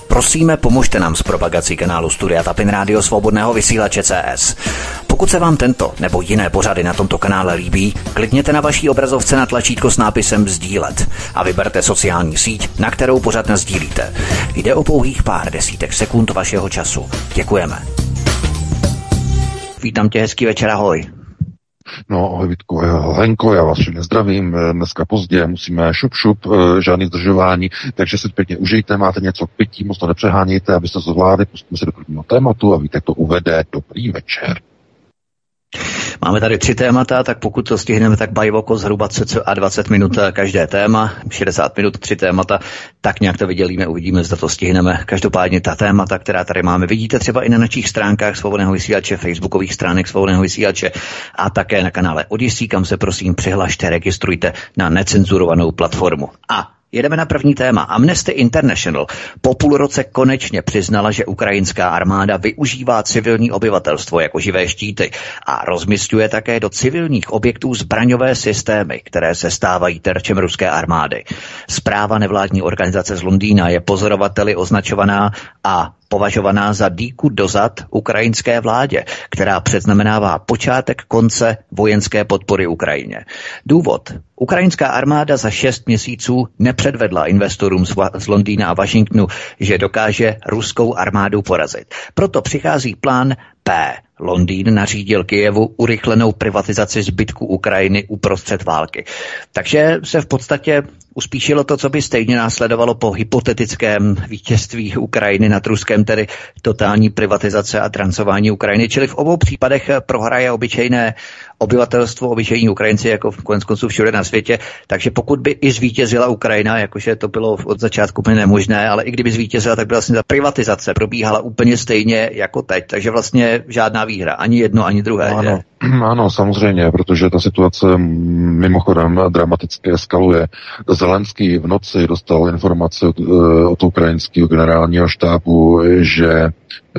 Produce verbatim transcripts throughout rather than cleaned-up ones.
Prosíme, pomožte nám s propagací kanálu Studia Tapin Rádio Svobodného vysílače C S. Pokud se vám tento nebo jiné pořady na tomto kanále líbí, klikněte na vaší obrazovce na tlačítko s nápisem sdílet a vyberte sociální síť, na kterou pořad nasdílíte. Jde o pouhých pár desítek sekund vašeho času. Děkujeme. Vítám tě, hezký večer, ahoj. No, ahoj Vítku, Lenko, já vás všechny zdravím, dneska pozdě, musíme šup šup, žádný zdržování, takže si pěkně užijte, máte něco k pití, moc to nepřehánějte, abyste to zvládli, pustíme se do prvního tématu a víte, jak to uvede. Dobrý večer. Máme tady tři témata, tak pokud to stihneme, tak bají oko zhruba cca dvacet minut každé téma, šedesát minut, tři témata, tak nějak to vydělíme, uvidíme, zda to stihneme. Každopádně ta témata, která tady máme, vidíte třeba i na našich stránkách Svobodného vysílače, facebookových stránek Svobodného vysílače a také na kanále Odyssey, kam se prosím přihlašte, registrujte na necenzurovanou platformu. A jedeme na první téma. Amnesty International po půl roce konečně přiznala, že ukrajinská armáda využívá civilní obyvatelstvo jako živé štíty a rozmisťuje také do civilních objektů zbraňové systémy, které se stávají terčem ruské armády. Zpráva nevládní organizace z Londýna je pozorovateli označovaná a považovaná za dýku dozad ukrajinské vládě, která předznamenává počátek konce vojenské podpory Ukrajině. Důvod. Ukrajinská armáda za šest měsíců nepředvedla investorům z Londýna a Washingtonu, že dokáže ruskou armádu porazit. Proto přichází plán P. Londýn nařídil Kyjevu urychlenou privatizaci zbytku Ukrajiny uprostřed války. Takže se v podstatě uspíšilo to, co by stejně následovalo po hypotetickém vítězství Ukrajiny nad Ruskem, tedy totální privatizace a drancování Ukrajiny. Čili v obou případech prohraje obyčejné obyvatelstvo, obyčejní Ukrajinci, jako v konec konců všude na světě. Takže pokud by i zvítězila Ukrajina, jakože to bylo od začátku úplně nemožné, ale i kdyby zvítězila, tak by vlastně ta privatizace probíhala úplně stejně jako teď. Takže vlastně žádná výhra, ani jedno, ani druhé. Ano, ano, samozřejmě, protože ta situace mimochodem dramaticky eskaluje. Zelenský v noci dostal informaci od, od ukrajinského generálního štábu, že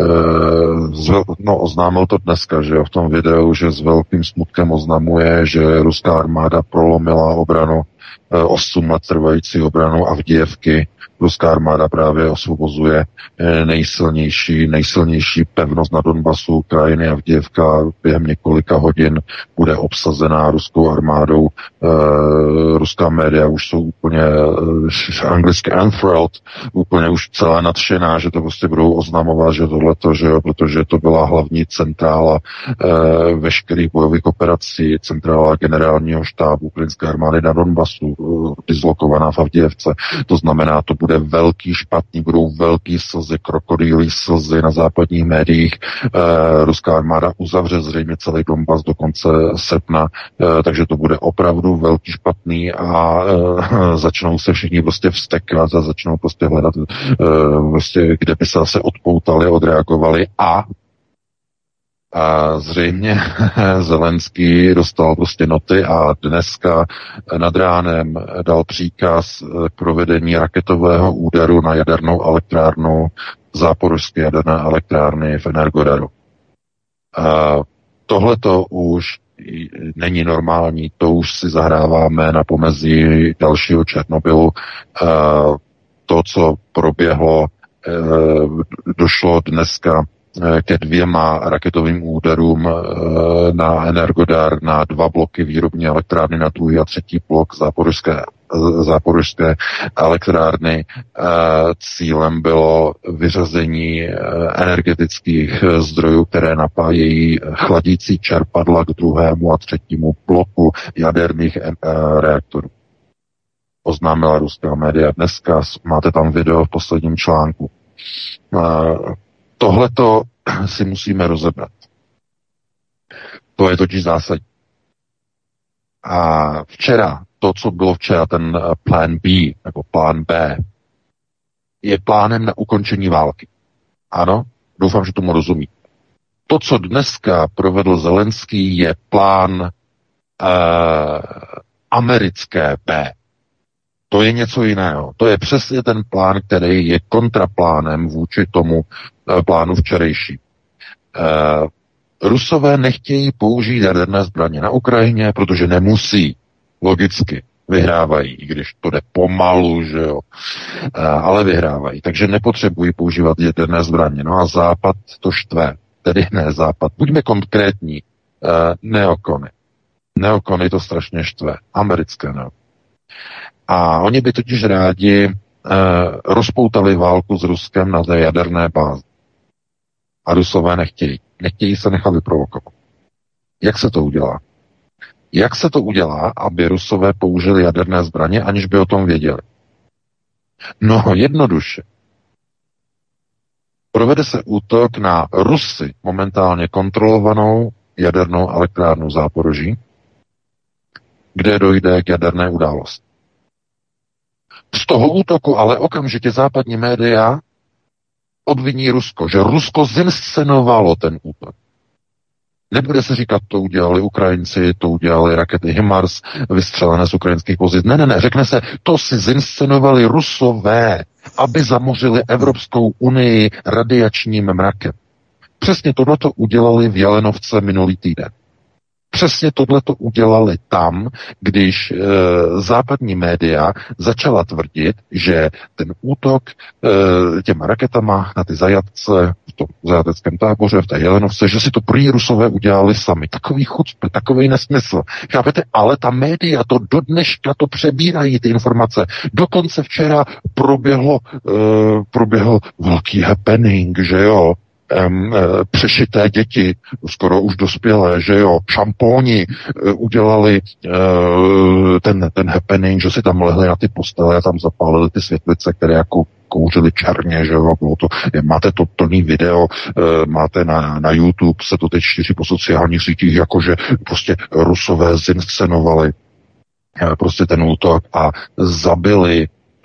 no, oznámil to dneska, že v tom videu, že s velkým smutkem oznamuje, že ruská armáda prolomila obranu, osm let trvající obranu Avdijevky. Ruská armáda právě osvobozuje nejsilnější, nejsilnější pevnost na Donbasu Ukrajiny. Avdijevka během několika hodin bude obsazená ruskou armádou. E, ruská média už jsou úplně e, anglicky enthralled, úplně už celé nadšená, že to prostě budou oznamovat, že tohleto, že jo, protože to byla hlavní centrála e, veškerých bojových operací, centrála generálního štábu ukrajinské armády na Donbasu, e, dislokovaná v Avdijevce. To znamená, to bude velký špatný, budou velký slzy, krokodýlí slzy na západních médiích. E, ruská armáda uzavře zřejmě celý Donbas do konce srpna, e, takže to bude opravdu velký špatný a e, začnou se všichni prostě vztekat a začnou prostě hledat, e, prostě, kde by se zase odpoutali, odreagovali a A zřejmě Zelenský dostal prostě noty a dneska nad ránem dal příkaz k provedení raketového úderu na jadernou elektrárnu, záporožské jaderné elektrárny v Energodaru. Tohleto už není normální, to už si zahráváme na pomezí dalšího Černobylu. To, co proběhlo, došlo dneska ke dvěma raketovým úderům na Energodar, na dva bloky výrobní elektrárny, na druhý a třetí blok záporožské, záporožské elektrárny. Cílem bylo vyřazení energetických zdrojů, které napájejí chladící čerpadla k druhému a třetímu bloku jaderných reaktorů. Oznámila ruská média dneska, máte tam video v posledním článku. Tohleto si musíme rozebrat. To je totiž zásadní. A včera, to, co bylo včera, ten plán B, nebo plán B, je plánem na ukončení války. Ano, doufám, že tomu rozumí. To, co dneska provedl Zelenský, je plán uh, americké B. To je něco jiného. To je přesně ten plán, který je kontraplánem vůči tomu uh, plánu včerejší. Uh, Rusové nechtějí použít jaderné zbraně na Ukrajině, protože nemusí. Logicky. vyhrávají, i když to jde pomalu, že jo, ale vyhrávají. Takže nepotřebují používat jaderné zbraně. No a Západ to štve, tedy ne Západ. Buďme konkrétní, neokony. Neokony to strašně štve, americké neokony. A oni by totiž rádi eh, rozpoutali válku s Ruskem na té jaderné bázi. A Rusové nechtějí. Nechtějí se nechat vyprovokovat. Jak se to udělá? Jak se to udělá, aby Rusové použili jaderné zbraně, aniž by o tom věděli? No, jednoduše. Provede se útok na Rusy momentálně kontrolovanou jadernou elektrárnu Záporoží, kde dojde k jaderné události. Z toho útoku ale okamžitě západní média obviní Rusko, že Rusko zinscenovalo ten útok. Nebude se říkat, to udělali Ukrajinci, to udělali rakety HIMARS, vystřelené z ukrajinských pozic. Ne, ne, ne, řekne se, to si zinscenovali Rusové, aby zamořili Evropskou unii radiačním mrakem. Přesně tohleto udělali v Jelenovce minulý týden. Přesně tohleto udělali tam, když e, západní média začala tvrdit, že ten útok e, těma raketama na ty zajatce v tom zajateckém táboře, v té Jelenovce, že si to prý Rusové udělali sami. Takový chucpe, takový nesmysl. Chápete? Ale ta média to do dneška to přebírají, ty informace. Dokonce včera proběhlo, e, proběhl velký happening, že jo, Um, přešité děti, skoro už dospělé, že jo, šampóni uh, udělali uh, ten, ten happening, že si tam lehli na ty postele a tam zapálili ty světlice, které jako kouřily černě, že jo, bylo to, máte to plný video, uh, máte na, na YouTube, se to teď šíří po sociálních sítích, jakože prostě Rusové zinscenovali uh, prostě ten útok a zabili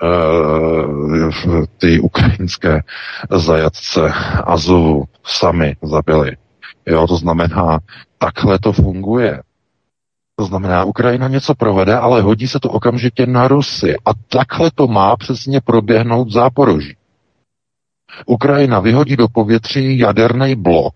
ty ukrajinské zajatce Azovu sami zabili. Jo, to znamená, takhle to funguje. To znamená, Ukrajina něco provede, ale hodí se to okamžitě na Rusy. A takhle to má přesně proběhnout v Záporoží. Ukrajina vyhodí do povětří jaderný blok.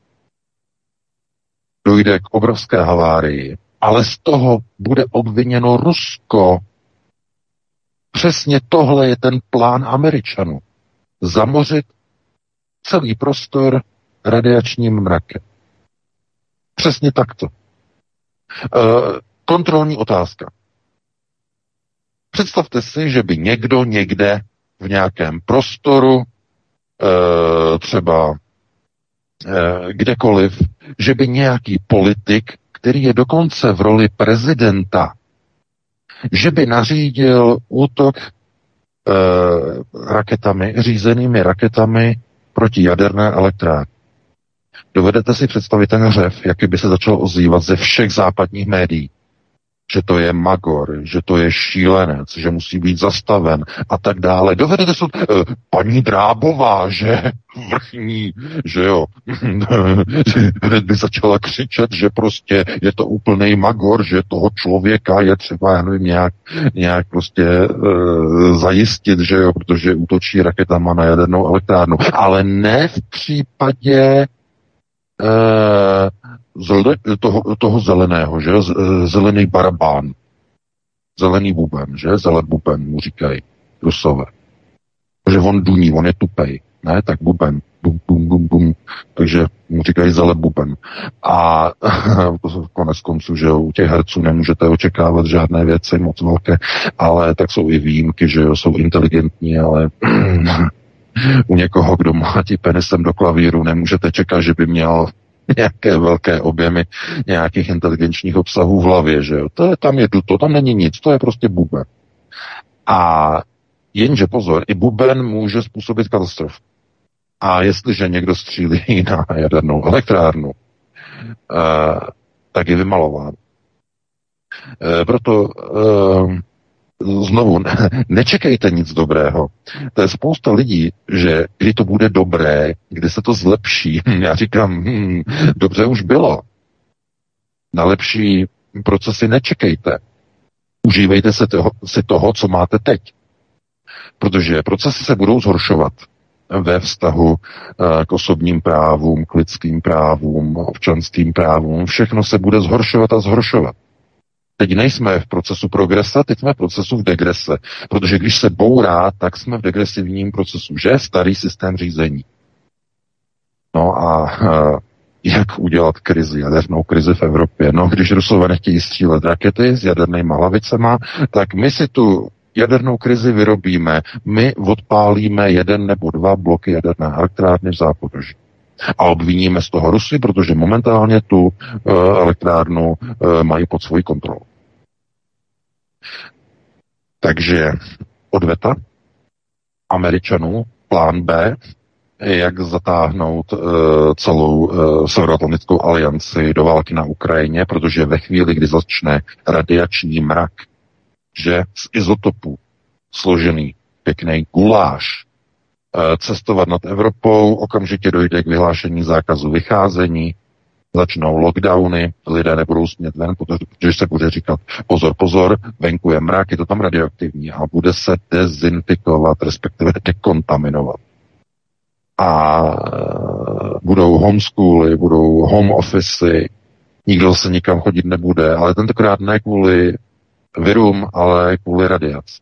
Dojde k obrovské havárii, ale z toho bude obviněno Rusko. Přesně tohle je ten plán Američanů. Zamořit celý prostor radiačním mrakem. Přesně takto. E, kontrolní otázka. Představte si, že by někdo někde v nějakém prostoru, e, třeba e, kdekoliv, že by nějaký politik, který je dokonce v roli prezidenta, že by nařídil útok e, raketami, řízenými raketami proti jaderné elektrárně. Dovedete si představit ten řev, jaký by se začal ozývat ze všech západních médií, že to je magor, že to je šílenec, že musí být zastaven a tak dále. Dovedete si, e, paní Drábová, že vrchní, že jo, hned by začala křičet, že prostě je to úplnej magor, že toho člověka je třeba, já nevím, nějak, nějak prostě e, zajistit, že jo, protože útočí raketama na jadernou elektrárnu. Ale ne v případě e, zle, toho, toho zeleného, že zelený barabán, zelený buben, že zelen buben mu říkají Rusové. Že on duní, on je tupej. Ne, tak buben, bum, bum, bum, bum. Takže mu říkají zele buben. A konec konců, že u těch herců nemůžete očekávat žádné věci moc velké, ale tak jsou i výjimky, že jo, jsou inteligentní, ale u někoho, kdo mlátí penisem do klavíru, nemůžete čekat, že by měl nějaké velké objemy nějakých inteligenčních obsahů v hlavě, že jo. To je, tam je duto, tam není nic, to je prostě buben. A jenže pozor, i buben může způsobit katastrofu. A jestliže někdo střílí na jadernou elektrárnu, uh, tak je vymalován. Uh, proto uh, znovu, ne, nečekejte nic dobrého. To je spousta lidí, že kdy to bude dobré, kdy se to zlepší. Já říkám, hm, dobře už bylo. Na lepší procesy nečekejte. Užívejte se toho, si toho, co máte teď. Protože procesy se budou zhoršovat ve vztahu uh, k osobním právům, k lidským právům, občanským právům. Všechno se bude zhoršovat a zhoršovat. Teď nejsme v procesu progrese, teď jsme v procesu v degrese. Protože když se bourá, tak jsme v degresivním procesu, že? Starý systém řízení. No a uh, jak udělat krizi, jadernou krizi v Evropě? No, když Rusové nechtějí střílet rakety s jadernými hlavicema, tak my si tu jadernou krizi vyrobíme. My odpálíme jeden nebo dva bloky jaderné elektrárny v Záporoží. A obviníme z toho Rusy, protože momentálně tu uh, elektrárnu uh, mají pod svojí kontrolou. Takže odveta Američanů, plán B, jak zatáhnout uh, celou uh, Severoatlantickou alianci do války na Ukrajině, protože ve chvíli, kdy začne radiační mrak, že z izotopů složený pěkný guláš cestovat nad Evropou, okamžitě dojde k vyhlášení zákazu vycházení, začnou lockdowny, lidé nebudou smět ven, protože se bude říkat pozor, pozor, venku je mrak, je to tam radioaktivní a bude se dezinfikovat, respektive dekontaminovat. A budou homeschooly, budou home office, nikdo se nikam chodit nebude, ale tentokrát ne kvůli virům, ale kvůli radiaci.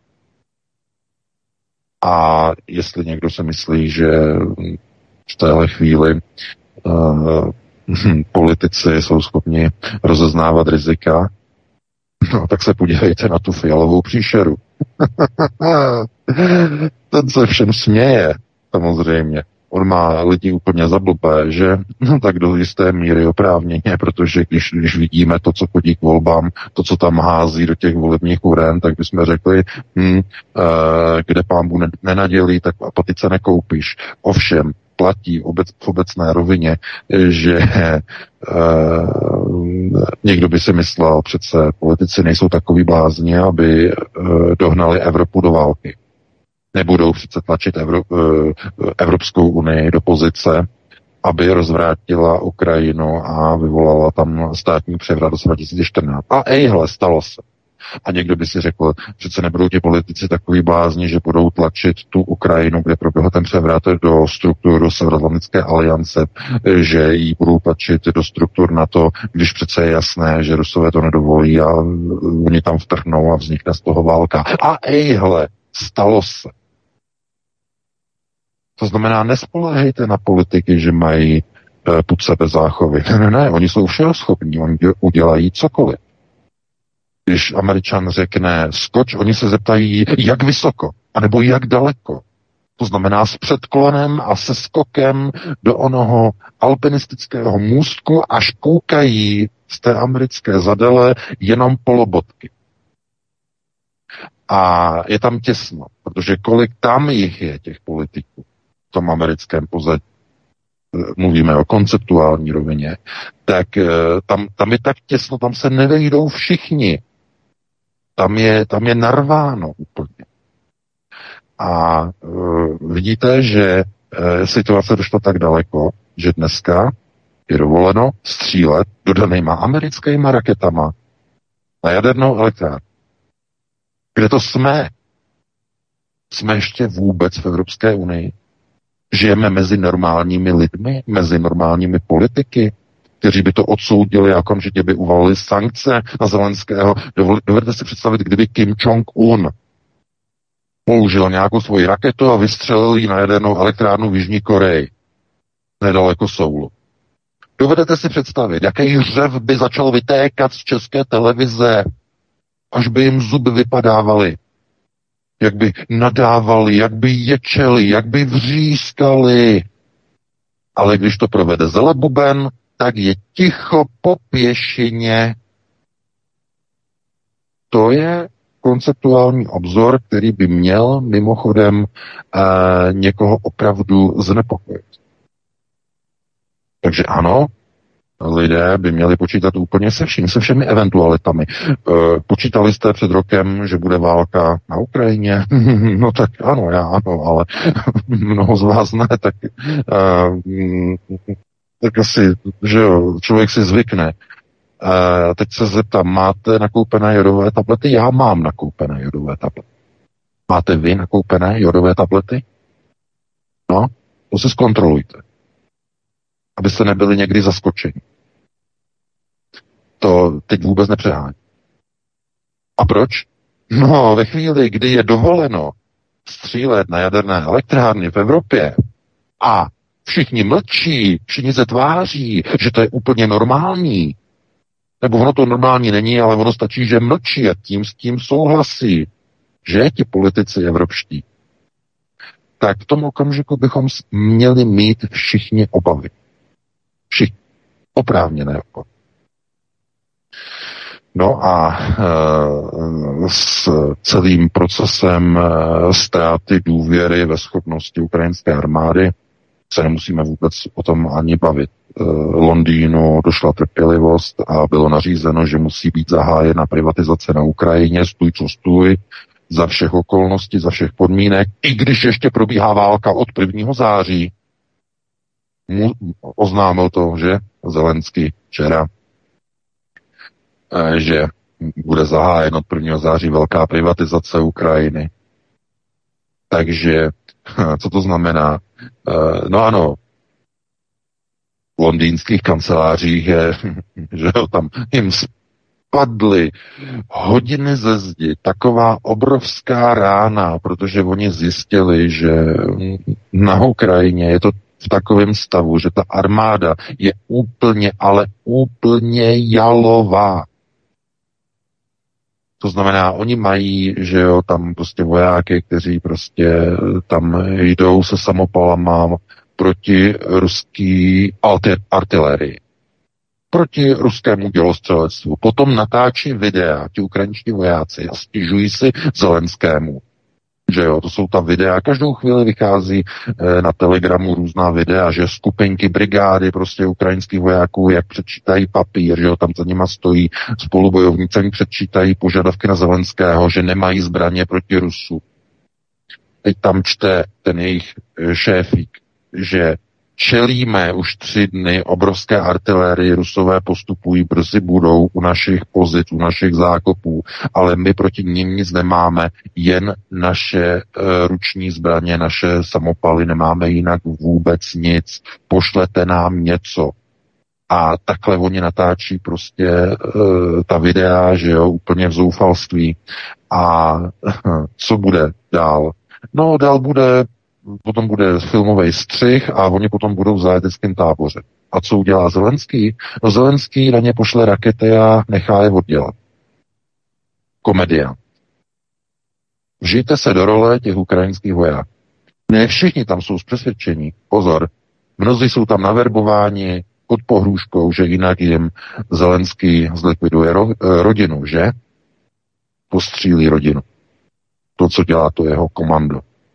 A jestli někdo se myslí, že v téhle chvíli uh, politici jsou schopni rozeznávat rizika, no tak se podívejte na tu fialovou příšeru. Ten se všem směje, samozřejmě. On má lidi úplně za blbé, že? No tak do jisté míry oprávněně, protože když, když vidíme to, co chodí k volbám, to, co tam hází do těch volebních uren, tak bychom řekli, hm, e, kde pán Bůh nenadělí, tak apatice nekoupíš. Ovšem, platí obec, v obecné rovině, že e, někdo by si myslel, přece politici nejsou takový blázni, aby e, dohnali Evropu do války. Nebudou přece tlačit Evro, Evropskou unii do pozice, aby rozvrátila Ukrajinu a vyvolala tam státní převrat do dva tisíce čtrnáct. A ejhle, stalo se. A někdo by si řekl, přece nebudou ti politici takový blázni, že budou tlačit tu Ukrajinu, kde proběhl ten převrat, do struktur Severoatlantické aliance, že ji budou tlačit do struktur NATO, když přece je jasné, že Rusové to nedovolí a oni tam vtrhnou a vznikne z toho válka. A ejhle, stalo se. To znamená, nespoléhejte na politiky, že mají e, pud sebe záchovy. Ne, ne, ne, oni jsou všeho schopní, oni udělají cokoliv. Když Američan řekne skoč, oni se zeptají, jak vysoko, anebo jak daleko. To znamená s předklonem a se skokem do onoho alpinistického můstku, až koukají z té americké zadele jenom polobotky. A je tam těsno, protože kolik tam jich je, těch politiků, v tom americkém pozadí, mluvíme o konceptuální rovině, tak tam, tam je tak těsno, tam se nevejdou všichni. Tam je, tam je narváno úplně. A uh, vidíte, že uh, situace došla tak daleko, že dneska je dovoleno střílet dodanýma americkýma raketama na jadernou elektrárnu. Kde to jsme? Jsme ještě vůbec v Evropské unii? Žijeme mezi normálními lidmi, mezi normálními politiky, kteří by to odsoudili a okamžitě by uvalili sankce na Zelenského. Dovedete si představit, kdyby Kim Jong-un použil nějakou svoji raketu a vystřelil ji na jadernou elektrárnu v Jižní Koreji, nedaleko Soulu. Dovedete si představit, jaký hřev by začal vytékat z české televize, až by jim zuby vypadávaly, jak by nadávali, jak by ječeli, jak by vřískali. Ale když to provede Zelebuben, tak je ticho po pěšině. To je konceptuální obzor, který by měl mimochodem eh, někoho opravdu znepokojit. Takže ano, lidé by měli počítat úplně se vším, se všemi eventualitami. E, počítali jste před rokem, že bude válka na Ukrajině? No tak ano, já ano, ale mnoho z vás ne, tak, e, tak asi, že jo, člověk si zvykne. E, teď se zeptám, máte nakoupené jodové tablety? Já mám nakoupené jodové tablety. Máte vy nakoupené jodové tablety? No, to si zkontrolujte. Abyste nebyli někdy zaskočeni. To teď vůbec nepřehání. A proč? No, ve chvíli, kdy je dovoleno střílet na jaderné elektrárny v Evropě a všichni mlčí, všichni se tváří, že to je úplně normální, nebo ono to normální není, ale ono stačí, že mlčí a tím s tím souhlasí, že ti politici evropští, tak v tom okamžiku bychom měli mít všichni obavy. Všichni. Oprávněné obavy. No a e, s celým procesem e, ztráty důvěry ve schopnosti ukrajinské armády se nemusíme vůbec o tom ani bavit. E, Londýnu došla trpělivost a bylo nařízeno, že musí být zahájena privatizace na Ukrajině, stůj co stůj, za všech okolností, za všech podmínek, i když ještě probíhá válka od prvního září. Mu oznámil to, že Zelenský včera, že bude zahájen od prvního září velká privatizace Ukrajiny. Takže, co to znamená? No ano, v londýnských kancelářích je, že jo, tam jim spadly hodiny ze zdi, taková obrovská rána, protože oni zjistili, že na Ukrajině je to v takovém stavu, že ta armáda je úplně, ale úplně jalová. To znamená, oni mají, že jo, tam prostě vojáky, kteří prostě tam jdou se samopalama proti ruský artilerii, proti ruskému dělostřelectvu. Potom natáčí videa, ti ukrajinští vojáci, a stěžují si Zelenskému. Že jo, to jsou ta videa, každou chvíli vychází e, na Telegramu různá videa, že skupinky, brigády prostě ukrajinských vojáků, jak předčítají papír, že jo, tam za nima stojí spolubojovníci, předčítají požadavky na Zelenského, že nemají zbraně proti Rusu. Teď tam čte ten jejich šéfík, že čelíme už tři dny obrovské artilérii, Rusové postupují, brzy budou u našich pozic, u našich zákopů, ale my proti nim nic nemáme, jen naše e, ruční zbraně, naše samopaly, nemáme jinak vůbec nic, pošlete nám něco. A takhle oni natáčí prostě e, ta videa, že jo, úplně v zoufalství. A co bude dál? No, dál bude potom bude filmový střih a oni potom budou v zajeteckém táboře. A co udělá Zelenský? No Zelenský na ně pošle rakety a nechá je oddělat. Komedia. Vžijte se do role těch ukrajinských vojáků. Ne všichni tam jsou z přesvědčení. Pozor. Mnozí jsou tam naverbováni pod pohrůžkou, že jinak jim Zelenský zlikviduje ro, rodinu, že? Postřílí rodinu. To, co dělá to jeho komando.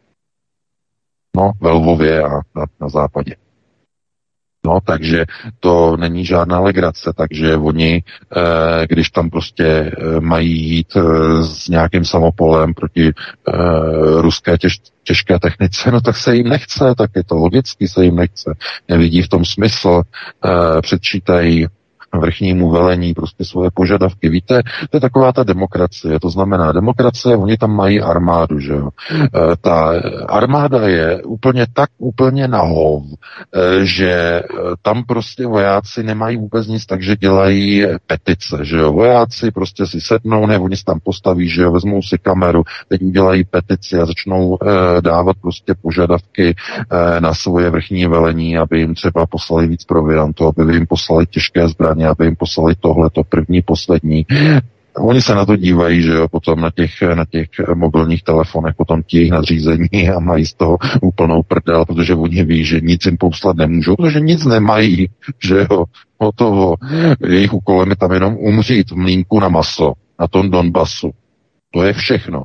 No, ve Lvově a na, na západě. No, takže to není žádná legrace, takže oni, eh, když tam prostě eh, mají jít eh, s nějakým samopolem proti eh, ruské těž, těžké technice, no tak se jim nechce, tak je to logicky, se jim nechce. Nevidí v tom smysl, eh, předčítají vrchnímu velení prostě svoje požadavky. Víte, to je taková ta demokracie. To znamená, demokracie, oni tam mají armádu, že jo. E, ta armáda je úplně tak úplně na hov, e, že tam prostě vojáci nemají vůbec nic, takže dělají petice, že jo. Vojáci prostě si sednou, ne, oni se tam postaví, že jo, vezmou si kameru, teď udělají petici a začnou e, dávat prostě požadavky e, na svoje vrchní velení, aby jim třeba poslali víc proviantu, aby jim poslali těžké zbraně, aby jim poslali tohleto první, poslední. Oni se na to dívají, že jo, potom na těch, na těch mobilních telefonech, potom ti jejich nadřízení a mají z toho úplnou prdel, protože oni ví, že nic jim poslat nemůžou, protože nic nemají, že jo, hotovo. Jejich úkolem je tam jenom umřít v mlýnku na maso, na tom Donbasu. To je všechno.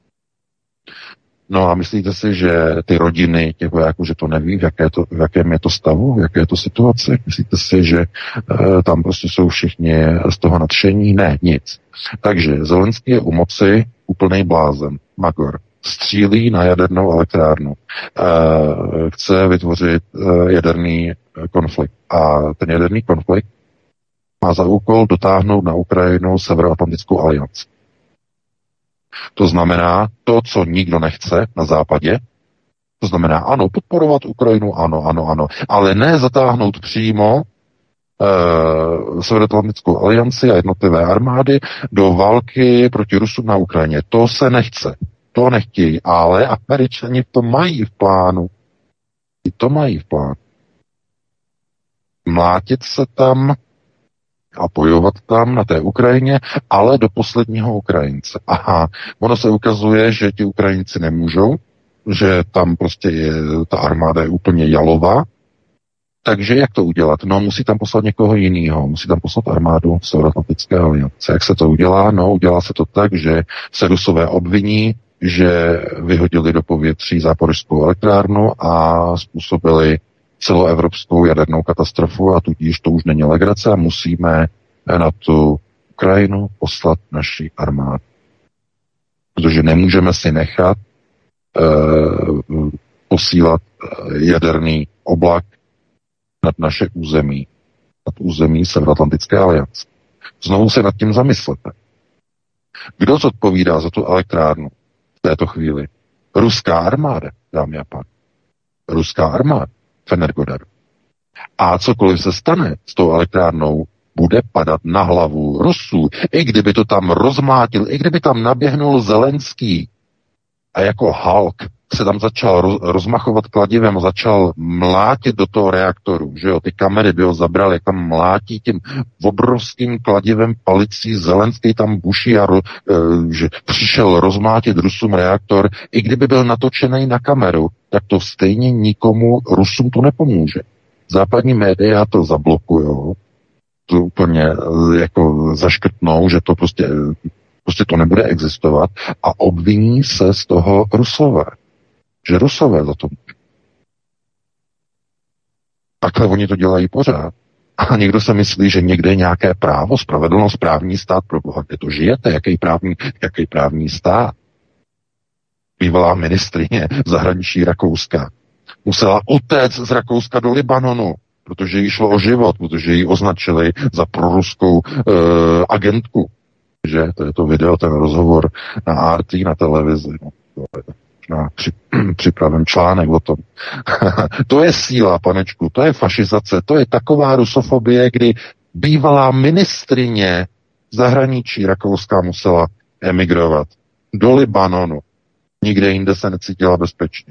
No a myslíte si, že ty rodiny těch vojáků, že to neví, v, jaké to, v jakém je to stavu, v jaké je to situace? Myslíte si, že e, tam prostě jsou všichni z toho nadšení? Ne, nic. Takže Zelenský je u moci úplnej blázen, magor. Střílí na jadernou elektrárnu. E, chce vytvořit e, jaderný konflikt. A ten jaderný konflikt má za úkol dotáhnout na Ukrajinu Severoatlantickou alianci. To znamená to, co nikdo nechce na západě, to znamená ano, podporovat Ukrajinu, ano, ano, ano, ale ne zatáhnout přímo uh, Severoatlantickou alianci a jednotlivé armády do války proti Rusům na Ukrajině. To se nechce. To nechtějí, ale Američani to mají v plánu. I to mají v plánu. Mlátit se tam a bojovat tam na té Ukrajině, ale do posledního Ukrajince. Aha, ono se ukazuje, že ti Ukrajinci nemůžou, že tam prostě je, ta armáda je úplně jalová. Takže jak to udělat? No, musí tam poslat někoho jiného, musí tam poslat armádu Severoatlantické aliance. Jak se to udělá? No, udělá se to tak, že se Rusové obviní, že vyhodili do povětří Záporožskou elektrárnu a způsobili celoevropskou jadernou katastrofu a tudíž to už není legrace a musíme na tu Ukrajinu poslat naši armádu. Protože nemůžeme si nechat uh, posílat jaderný oblak nad naše území, nad území Severoatlantické aliance. Znovu se nad tím zamyslete. Kdo zodpovídá za tu elektrárnu v této chvíli? Ruská armáda, dámy a pánové. Ruská armáda v Energodaru. A cokoliv se stane s tou elektrárnou, bude padat na hlavu Rusů. I kdyby to tam rozmlátil, i kdyby tam naběhnul Zelenský a jako Hulk se tam začal roz, rozmachovat kladivem, začal mlátit do toho reaktoru, že jo, ty kamery by ho zabrali, jak tam mlátí tím obrovským kladivem palicí, Zelenský tam buší a ro, e, že přišel rozmlátit Rusům reaktor, i kdyby byl natočený na kameru, tak to stejně nikomu Rusům to nepomůže. Západní média to zablokujou, to úplně jako zaškrtnou, že to prostě, prostě to nebude existovat a obviní se z toho Rusové. Že Rusové za to můžou. Takhle oni to dělají pořád. A někdo se myslí, že někde je nějaké právo, spravedlnost, právní stát, pro boha, kde to žijete, jaký právní, jaký právní stát. Bývalá ministryně zahraničí Rakouska musela utéct z Rakouska do Libanonu, protože jí šlo o život, protože ji označili za proruskou e, agentku. Že to je to video, ten rozhovor na R T, na televizi. No, to je na při, připraven článek o tom. To je síla, panečku, to je fašizace, to je taková rusofobie, kdy bývalá ministrině zahraničí Rakouska musela emigrovat do Libanonu. Nikde jinde se necítila bezpečně.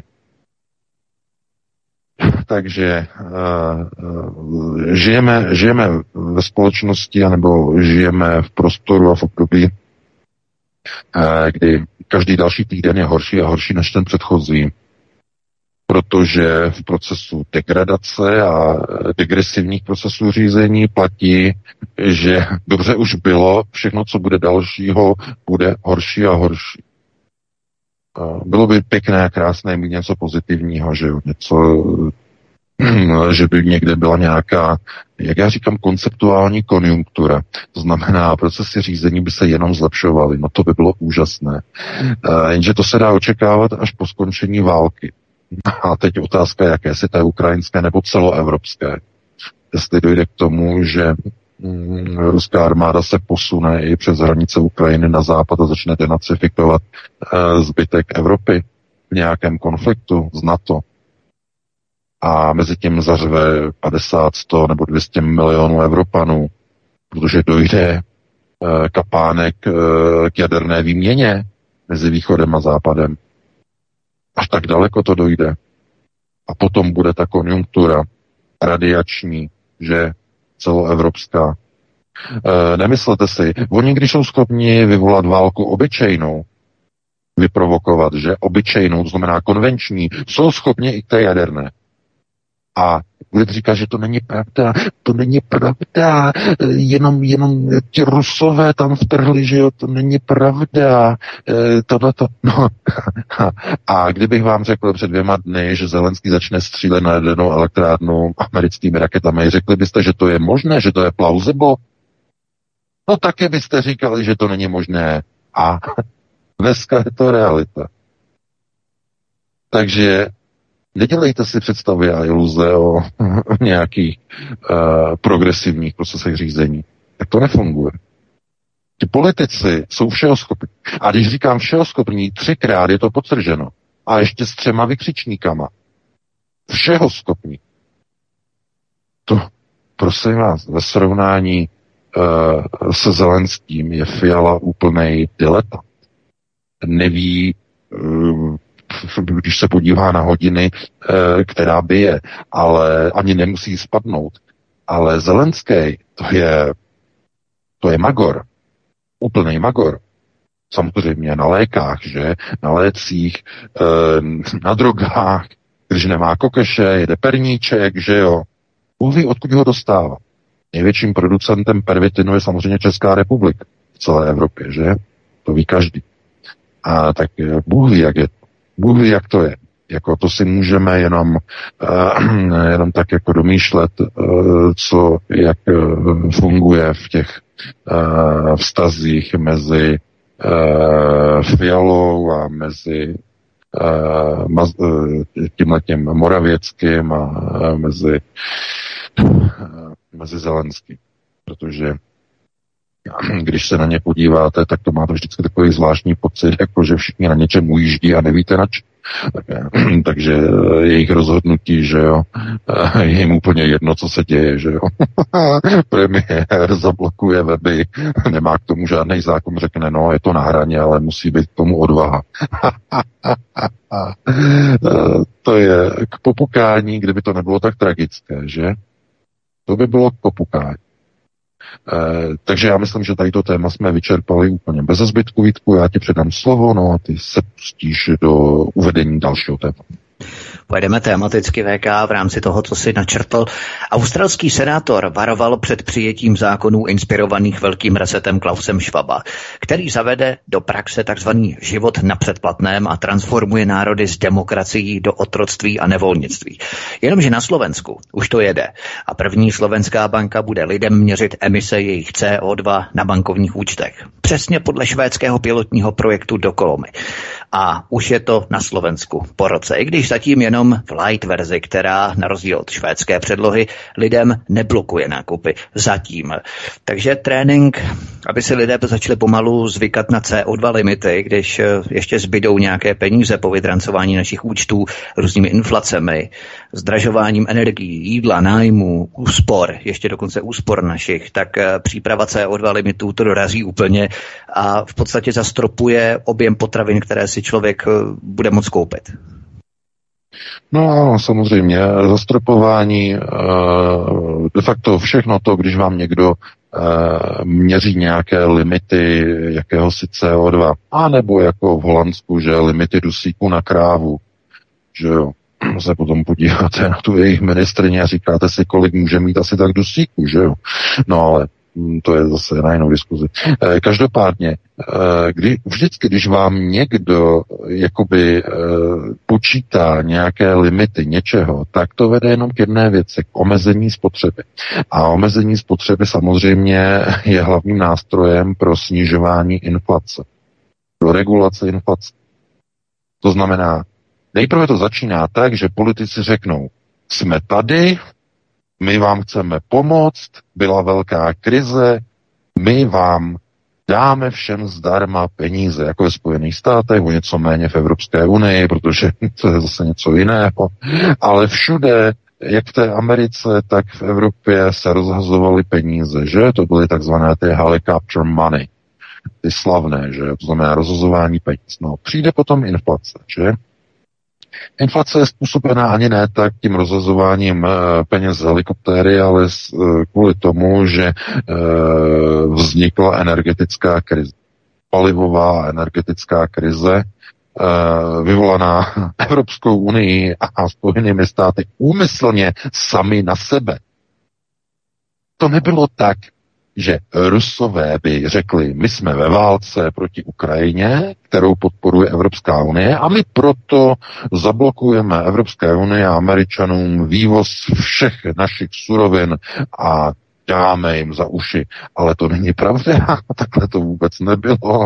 Takže uh, žijeme, žijeme ve společnosti, anebo žijeme v prostoru a v období, uh, kdy každý další týden je horší a horší než ten předchozí, protože v procesu degradace a degresivních procesů řízení platí, že dobře už bylo, všechno, co bude dalšího, bude horší a horší. Bylo by pěkné, krásné mít něco pozitivního, že jo, něco, že by někde byla nějaká, jak já říkám, konceptuální konjunktura. To znamená, procesy řízení by se jenom zlepšovaly. No to by bylo úžasné. Jenže to se dá očekávat až po skončení války. A teď otázka, jaké, jestli to je ukrajinské nebo celoevropské. Jestli dojde k tomu, že mm, ruská armáda se posune i přes hranice Ukrajiny na západ a začne denacifikovat e, zbytek Evropy v nějakém konfliktu z NATO. A mezi tím zařve padesát, sto nebo dvě stě milionů Evropanů, protože dojde e, kapánek e, k jaderné výměně mezi východem a západem. Až tak daleko to dojde. A potom bude ta konjunktura radiační, že celoevropská. E, nemyslete si, oni když jsou schopni vyvolat válku obyčejnou, vyprovokovat, že obyčejnou, to znamená konvenční, jsou schopni i k té jaderné. A budete říkat, že to není pravda, to není pravda, jenom, jenom ti Rusové tam vtrhli, že jo, to není pravda, tohleto, no. A kdybych vám řekl před dvěma dny, že Zelenský začne střílet na jadernou elektrárnu americkými raketami, řekli byste, že to je možné, že to je plausible? No také byste říkali, že to není možné. A dneska je to realita. Takže nedělejte si představy a iluze o nějakých uh, progresivních procesech řízení. Tak to nefunguje. Ti politici jsou všehoschopní. A když říkám všehoschopní, třikrát je to podtrženo. A ještě s třema vykřičníkama. Všehoschopní. To, prosím vás, ve srovnání uh, se Zelenským je Fiala úplnej diletant. Neví, uh, když se podívá na hodiny, uh, která bije, ale ani nemusí spadnout. Ale Zelenský, to je, to je magor. Úplnej magor. Samozřejmě na lékách, že? Na lécích, uh, na drogách, když nemá kokeše, jede perníček, že jo? Bůh ví, odkud ho dostává. Největším producentem pervitinu je samozřejmě Česká republika v celé Evropě, že? To ví každý. A tak Bůh ví, jak je to. Bůh ví, jak to je. Jako to si můžeme jenom, uh, jenom tak jako domýšlet, uh, co, jak uh, funguje v těch uh, vztazích mezi uh, Fialou a mezi uh, maz, uh, tímhletím Moravěckým a uh, mezi uh, mezi Zelenským. Protože když se na ně podíváte, tak to máte vždycky takový zvláštní pocit, jako že všichni na něčem ujíždí a nevíte na čem. Tak, takže jejich rozhodnutí, že jo, je jim úplně jedno, co se děje, že jo. Premiér zablokuje weby, nemá k tomu žádný zákon, řekne, no, je to na hraně, ale musí být k tomu odvaha. To je k popukání, kdyby to nebylo tak tragické, že? To by bylo k popukání. Eh, takže já myslím, že tady to téma jsme vyčerpali úplně bez zbytku. Vítku, já ti předám slovo, no a ty se pustíš do uvedení dalšího tématu. Pojedeme tematicky V K v rámci toho, co si načrtl. Australský senátor varoval před přijetím zákonů inspirovaných velkým resetem Klausem Schwaba, který zavede do praxe takzvaný život na předplatném a transformuje národy z demokracií do otroctví a nevolnictví. Jenomže na Slovensku už to jede a první slovenská banka bude lidem měřit emise jejich C O dva na bankovních účtech. Přesně podle švédského pilotního projektu Dokolomy. A už je to na Slovensku po roce, i když zatím jenom v light verzi, která na rozdíl od švédské předlohy lidem neblokuje nákupy zatím. Takže trénink, aby si lidé začali pomalu zvykat na C O dva limity, když ještě zbydou nějaké peníze po vydrancování našich účtů různými inflacemi, zdražováním energií, jídla, nájmu, úspor, ještě dokonce úspor našich, tak příprava C O dva limitů to dorazí úplně a v podstatě zastropuje objem potravin, které si člověk bude moct koupit. No samozřejmě, zastropování, de facto všechno to, když vám někdo měří nějaké limity jakéhosi C O dva, a nebo jako v Holandsku, že limity dusíku na krávu, že jo, se potom podíváte na tu jejich ministryni a říkáte si, kolik může mít asi tak dusíku, že jo. No ale to je zase na jinou diskuzi. Každopádně, kdy, vždycky, když vám někdo jakoby počítá nějaké limity něčeho, tak to vede jenom k jedné věci, k omezení spotřeby. A omezení spotřeby samozřejmě je hlavním nástrojem pro snižování inflace, pro regulaci inflace. To znamená, nejprve to začíná tak, že politici řeknou, jsme tady, my vám chceme pomoct, byla velká krize, my vám dáme všem zdarma peníze, jako ve Spojených státech, o něco méně v Evropské unii, protože to je zase něco jiného, ale všude, jak v té Americe, tak v Evropě se rozhazovaly peníze, že? To byly takzvané ty helicopter money, ty slavné, že? To znamená rozhazování peněz. No, přijde potom inflace, že? Inflace je způsobená ani ne tak tím rozhazováním peněz z helikoptéry, ale kvůli tomu, že vznikla energetická krize. Palivová energetická krize, vyvolaná Evropskou unii a Spojenými státy úmyslně sami na sebe. To nebylo tak, že Rusové by řekli, my jsme ve válce proti Ukrajině, kterou podporuje Evropská unie a my proto zablokujeme Evropské unii a Američanům vývoz všech našich surovin a dáme jim za uši. Ale to není pravda, takhle to vůbec nebylo.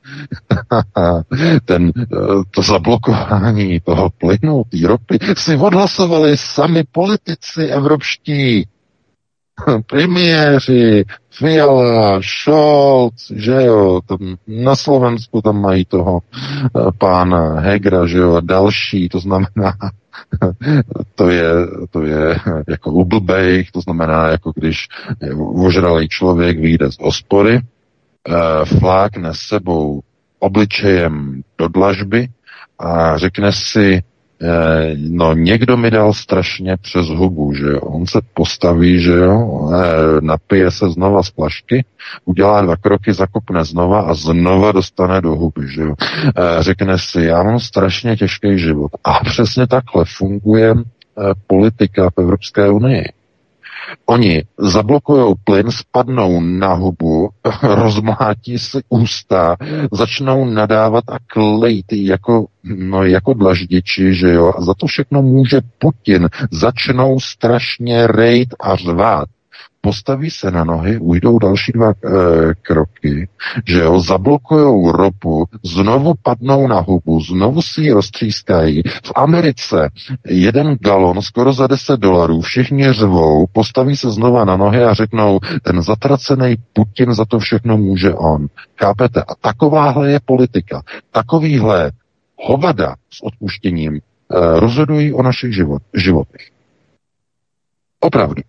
Ten, to zablokování toho plynu, té ropy si odhlasovali sami politici evropští. Premiéři, Fiala, Scholz, že jo, tam na Slovensku tam mají toho pána Hegera, že jo, a další, to znamená, to je, to je jako u blbejch, to znamená, jako když ožralý člověk vyjde z hospody, flákne s sebou obličejem do dlažby a řekne si, no někdo mi dal strašně přes hubu, že jo. On se postaví, že jo, napije se znova z flašky, udělá dva kroky, zakopne znova a znova dostane do huby, že jo. Řekne si, já mám strašně těžký život. A přesně takhle funguje politika v Evropské unii. Oni zablokujou plyn, spadnou na hubu, rozmlátí si ústa, začnou nadávat a klejt jako, no, jako dlaždiči, že jo, a za to všechno může Putin. Začnou strašně rejt a řvát. Postaví se na nohy, ujdou další dva e, kroky, že jo, zablokujou ropu, znovu padnou na hubu, znovu si ji roztřískají. V Americe jeden galon skoro za deset dolarů, všichni řvou, postaví se znova na nohy a řeknou, ten zatracený Putin, za to všechno může on. Chápete? A takováhle je politika. Takovýhle hovada s odpuštěním e, rozhodují o našich život, životech. Opravdu.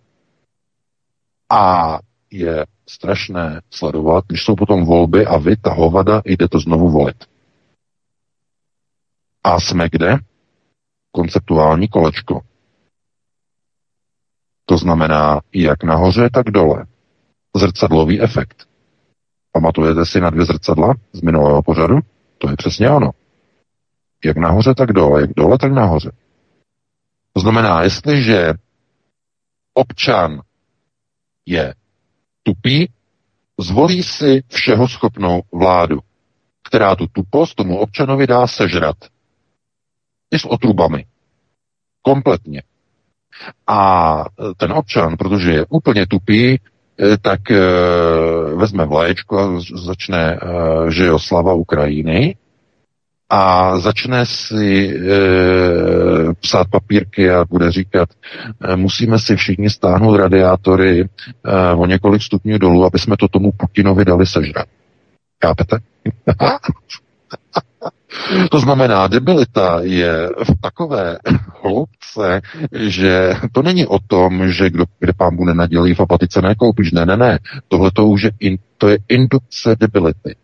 A je strašné sledovat, když jsou potom volby a vy, ta hovada, jdete znovu volit. A jsme kde? Konceptuální kolečko. To znamená, jak nahoře, tak dole. Zrcadlový efekt. Pamatujete si na dvě zrcadla z minulého pořadu? To je přesně ono. Jak nahoře, tak dole. Jak dole, tak nahoře. To znamená, jestliže občan je tupý, zvolí si všeho schopnou vládu, která tu tupost tomu občanovi dá sežrat. I s otrubami. Kompletně. A ten občan, protože je úplně tupý, tak e, vezme vlaječku a začne, e, že jo, slava Ukrajiny, a začne si e, psát papírky a bude říkat, e, musíme si všichni stáhnout radiátory e, o několik stupňů dolů, aby jsme to tomu Putinovi dali sežrat. Chápete? To znamená, debilita je v takové hloubce, že to není o tom, že kdo, kde pán bude nadělí v apatice nekoupíš. Ne, ne, ne. Tohle to už je, in, to je indukce debility.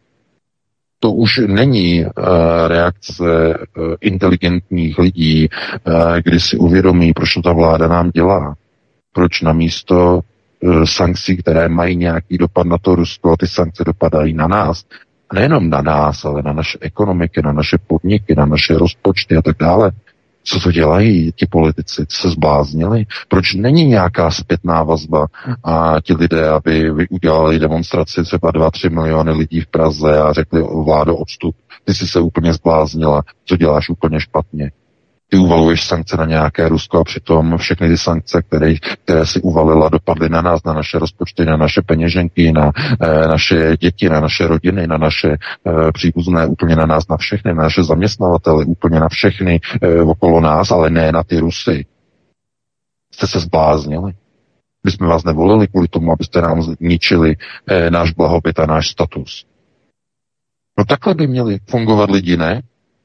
To už není uh, reakce uh, inteligentních lidí, uh, kdy si uvědomí, proč to ta vláda nám dělá. Proč namísto uh, sankcí, které mají nějaký dopad na to Rusko, ty sankce dopadají na nás. A nejenom na nás, ale na naše ekonomiky, na naše podniky, na naše rozpočty a tak dále. Co to dělají ti politici? Se zbláznili? Proč není nějaká zpětná vazba a ti lidé, aby udělali demonstraci třeba dva, tři miliony lidí v Praze a řekli, vládo, odstup, ty jsi se úplně zbláznila, co děláš úplně špatně. Ty uvaluješ sankce na nějaké Rusko a přitom všechny ty sankce, které, které si uvalila, dopadly na nás, na naše rozpočty, na naše peněženky, na e, naše děti, na naše rodiny, na naše e, příbuzné, úplně na nás, na všechny, na naše zaměstnavatele, úplně na všechny e, okolo nás, ale ne na ty Rusy. Jste se zbláznili. My jsme vás nevolili kvůli tomu, abyste nám zničili e, náš blahobyt a náš status. No takhle by měli fungovat lidi, ne?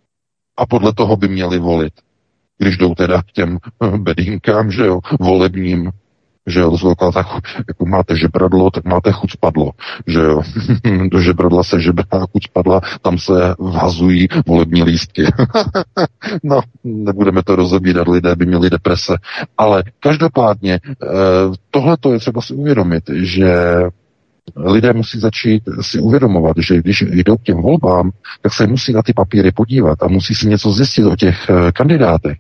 A podle toho by měli volit. Když jdou teda k těm bedínkám, že jo, volebním, že jo, to tak, jako máte žebradlo, tak máte chuť spadlo, že jo, do žebradla se žebrá, chuť spadla, tam se vhazují volební lístky. No, nebudeme to rozebírat, lidé by měli deprese, ale každopádně tohle to je třeba si uvědomit, že lidé musí začít si uvědomovat, že když jdou k těm volbám, tak se musí na ty papíry podívat a musí si něco zjistit o těch kandidátech.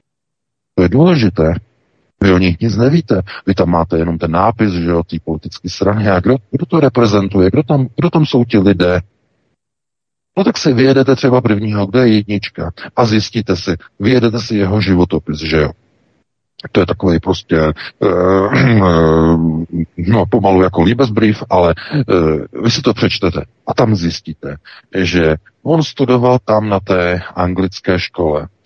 To je důležité. Vy o nich nic nevíte. Vy tam máte jenom ten nápis, že jo, té politické strany. A kdo, kdo to reprezentuje? Kdo tam, kdo tam jsou ti lidé? No tak si vyjedete třeba prvního, kde je jednička a zjistíte si, vyjedete si jeho životopis, že jo. To je takový prostě uh, no, pomalu jako Liebesbrief, ale uh, vy si to přečtete a tam zjistíte, že on studoval tam na té anglické škole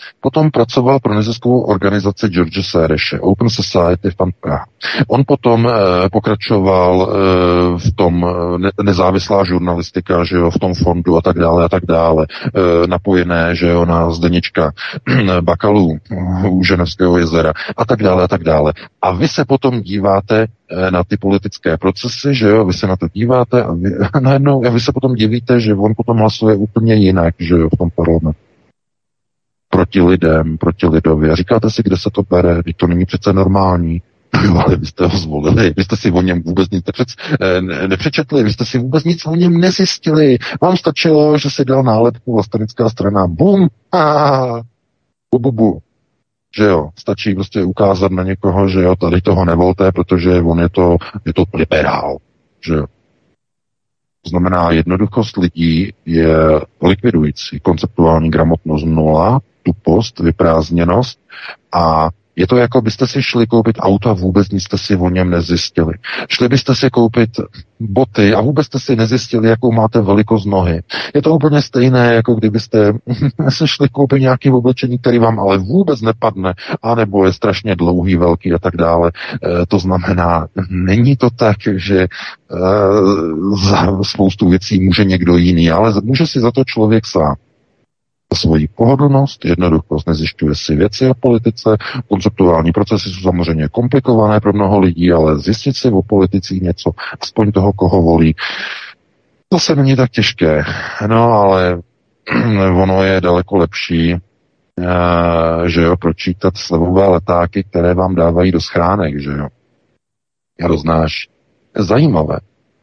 potom pracoval pro neziskovou organizaci George Soreše, Open Society Fund Praha. On potom eh, pokračoval eh, v tom ne- nezávislá žurnalistika, že jo, v tom fondu a tak dále a tak dále, eh, napojené, že jo, na Zdeněčka Bakalu u Ženevského jezera a tak dále a tak dále. A vy se potom díváte na ty politické procesy, že jo, vy se na to díváte a vy, najednou, a vy se potom divíte, že on potom hlasuje úplně jinak, že jo, v tom parlamentu. Proti lidem, proti lidově. A říkáte si, kde se to bere, když to není přece normální. Jo, ale vy jste ho zvolili, vy jste si o něm vůbec nic nepřed, ne, nepřečetli, vy jste si vůbec nic o něm nezjistili. Vám stačilo, že si dal nálepku vlastenecká strana. Bum! Ah, bu, bu, bu. Že jo, stačí prostě ukázat na někoho, že jo, tady toho nevolte, protože on je to, je to liberál, že jo. To znamená, jednoduchost lidí je likvidující. Konceptuální gramotnost nula, tupost, vyprázdněnost a je to jako byste si šli koupit auto a vůbec nic jste si o něm nezjistili. Šli byste si koupit boty a vůbec jste si nezjistili, jakou máte velikost nohy. Je to úplně stejné, jako kdybyste se šli koupit nějaký oblečení, který vám ale vůbec nepadne, anebo je strašně dlouhý, velký a tak dále. E, to znamená, není to tak, že e, za spoustu věcí může někdo jiný, ale může si za to člověk sám. Svoji pohodlnost, jednoduchost, nezjišťuje si věci o politice, konceptuální procesy jsou samozřejmě komplikované pro mnoho lidí, ale zjistit si o politicích něco, aspoň toho, koho volí, to se není tak těžké. No, ale ono je daleko lepší, že jo, pročítat slevové letáky, které vám dávají do schránek, že jo. Já to znáš. Zajímavé.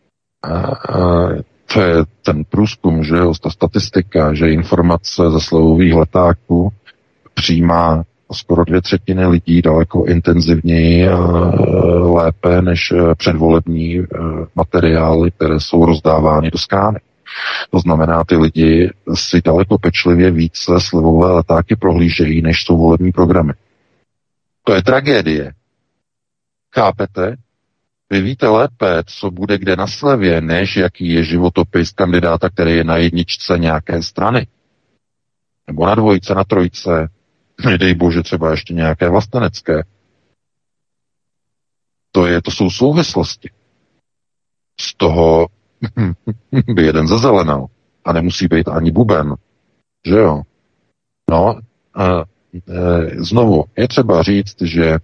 To je ten průzkum, že jo, ta statistika, že informace ze slevových letáků přijímá skoro dvě třetiny lidí daleko intenzivněji a lépe než předvolební materiály, které jsou rozdávány do schránek. To znamená, ty lidi si daleko pečlivě více slevové letáky prohlížejí, než jsou volební programy. To je tragédie. Chápete? Vy víte lépe, co bude kde na slevě, než jaký je životopis kandidáta, který je na jedničce nějaké strany. Nebo na dvojce, na trojce, nedej bože třeba ještě nějaké vlastenecké. To, je, to jsou souvislosti. Z toho by jeden zazelenal. A nemusí být ani buben. Že jo? No, a, e, znovu, je třeba říct, že e,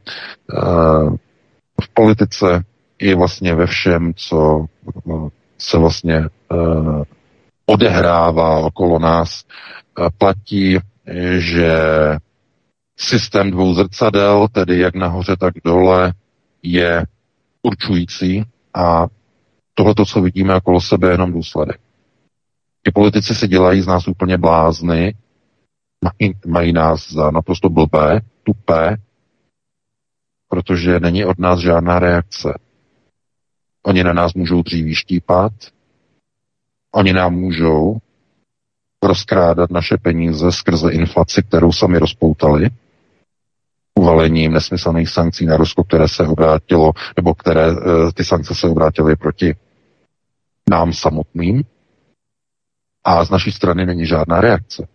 v politice i vlastně ve všem, co se vlastně uh, odehrává okolo nás, uh, platí, že systém dvou zrcadel, tedy jak nahoře, tak dole, je určující a tohleto, co vidíme okolo sebe, je jenom důsledek. I politici si dělají z nás úplně blázny, mají, mají nás za naprosto blbé, tupé, protože není od nás žádná reakce. Oni na nás můžou dříví štípat, oni nám můžou rozkrádat naše peníze skrze inflaci, kterou sami rozpoutali, uvalením nesmyslných sankcí na Rusko, které se obrátilo, nebo které ty sankce se obrátily proti nám samotným. A z naší strany není žádná reakce.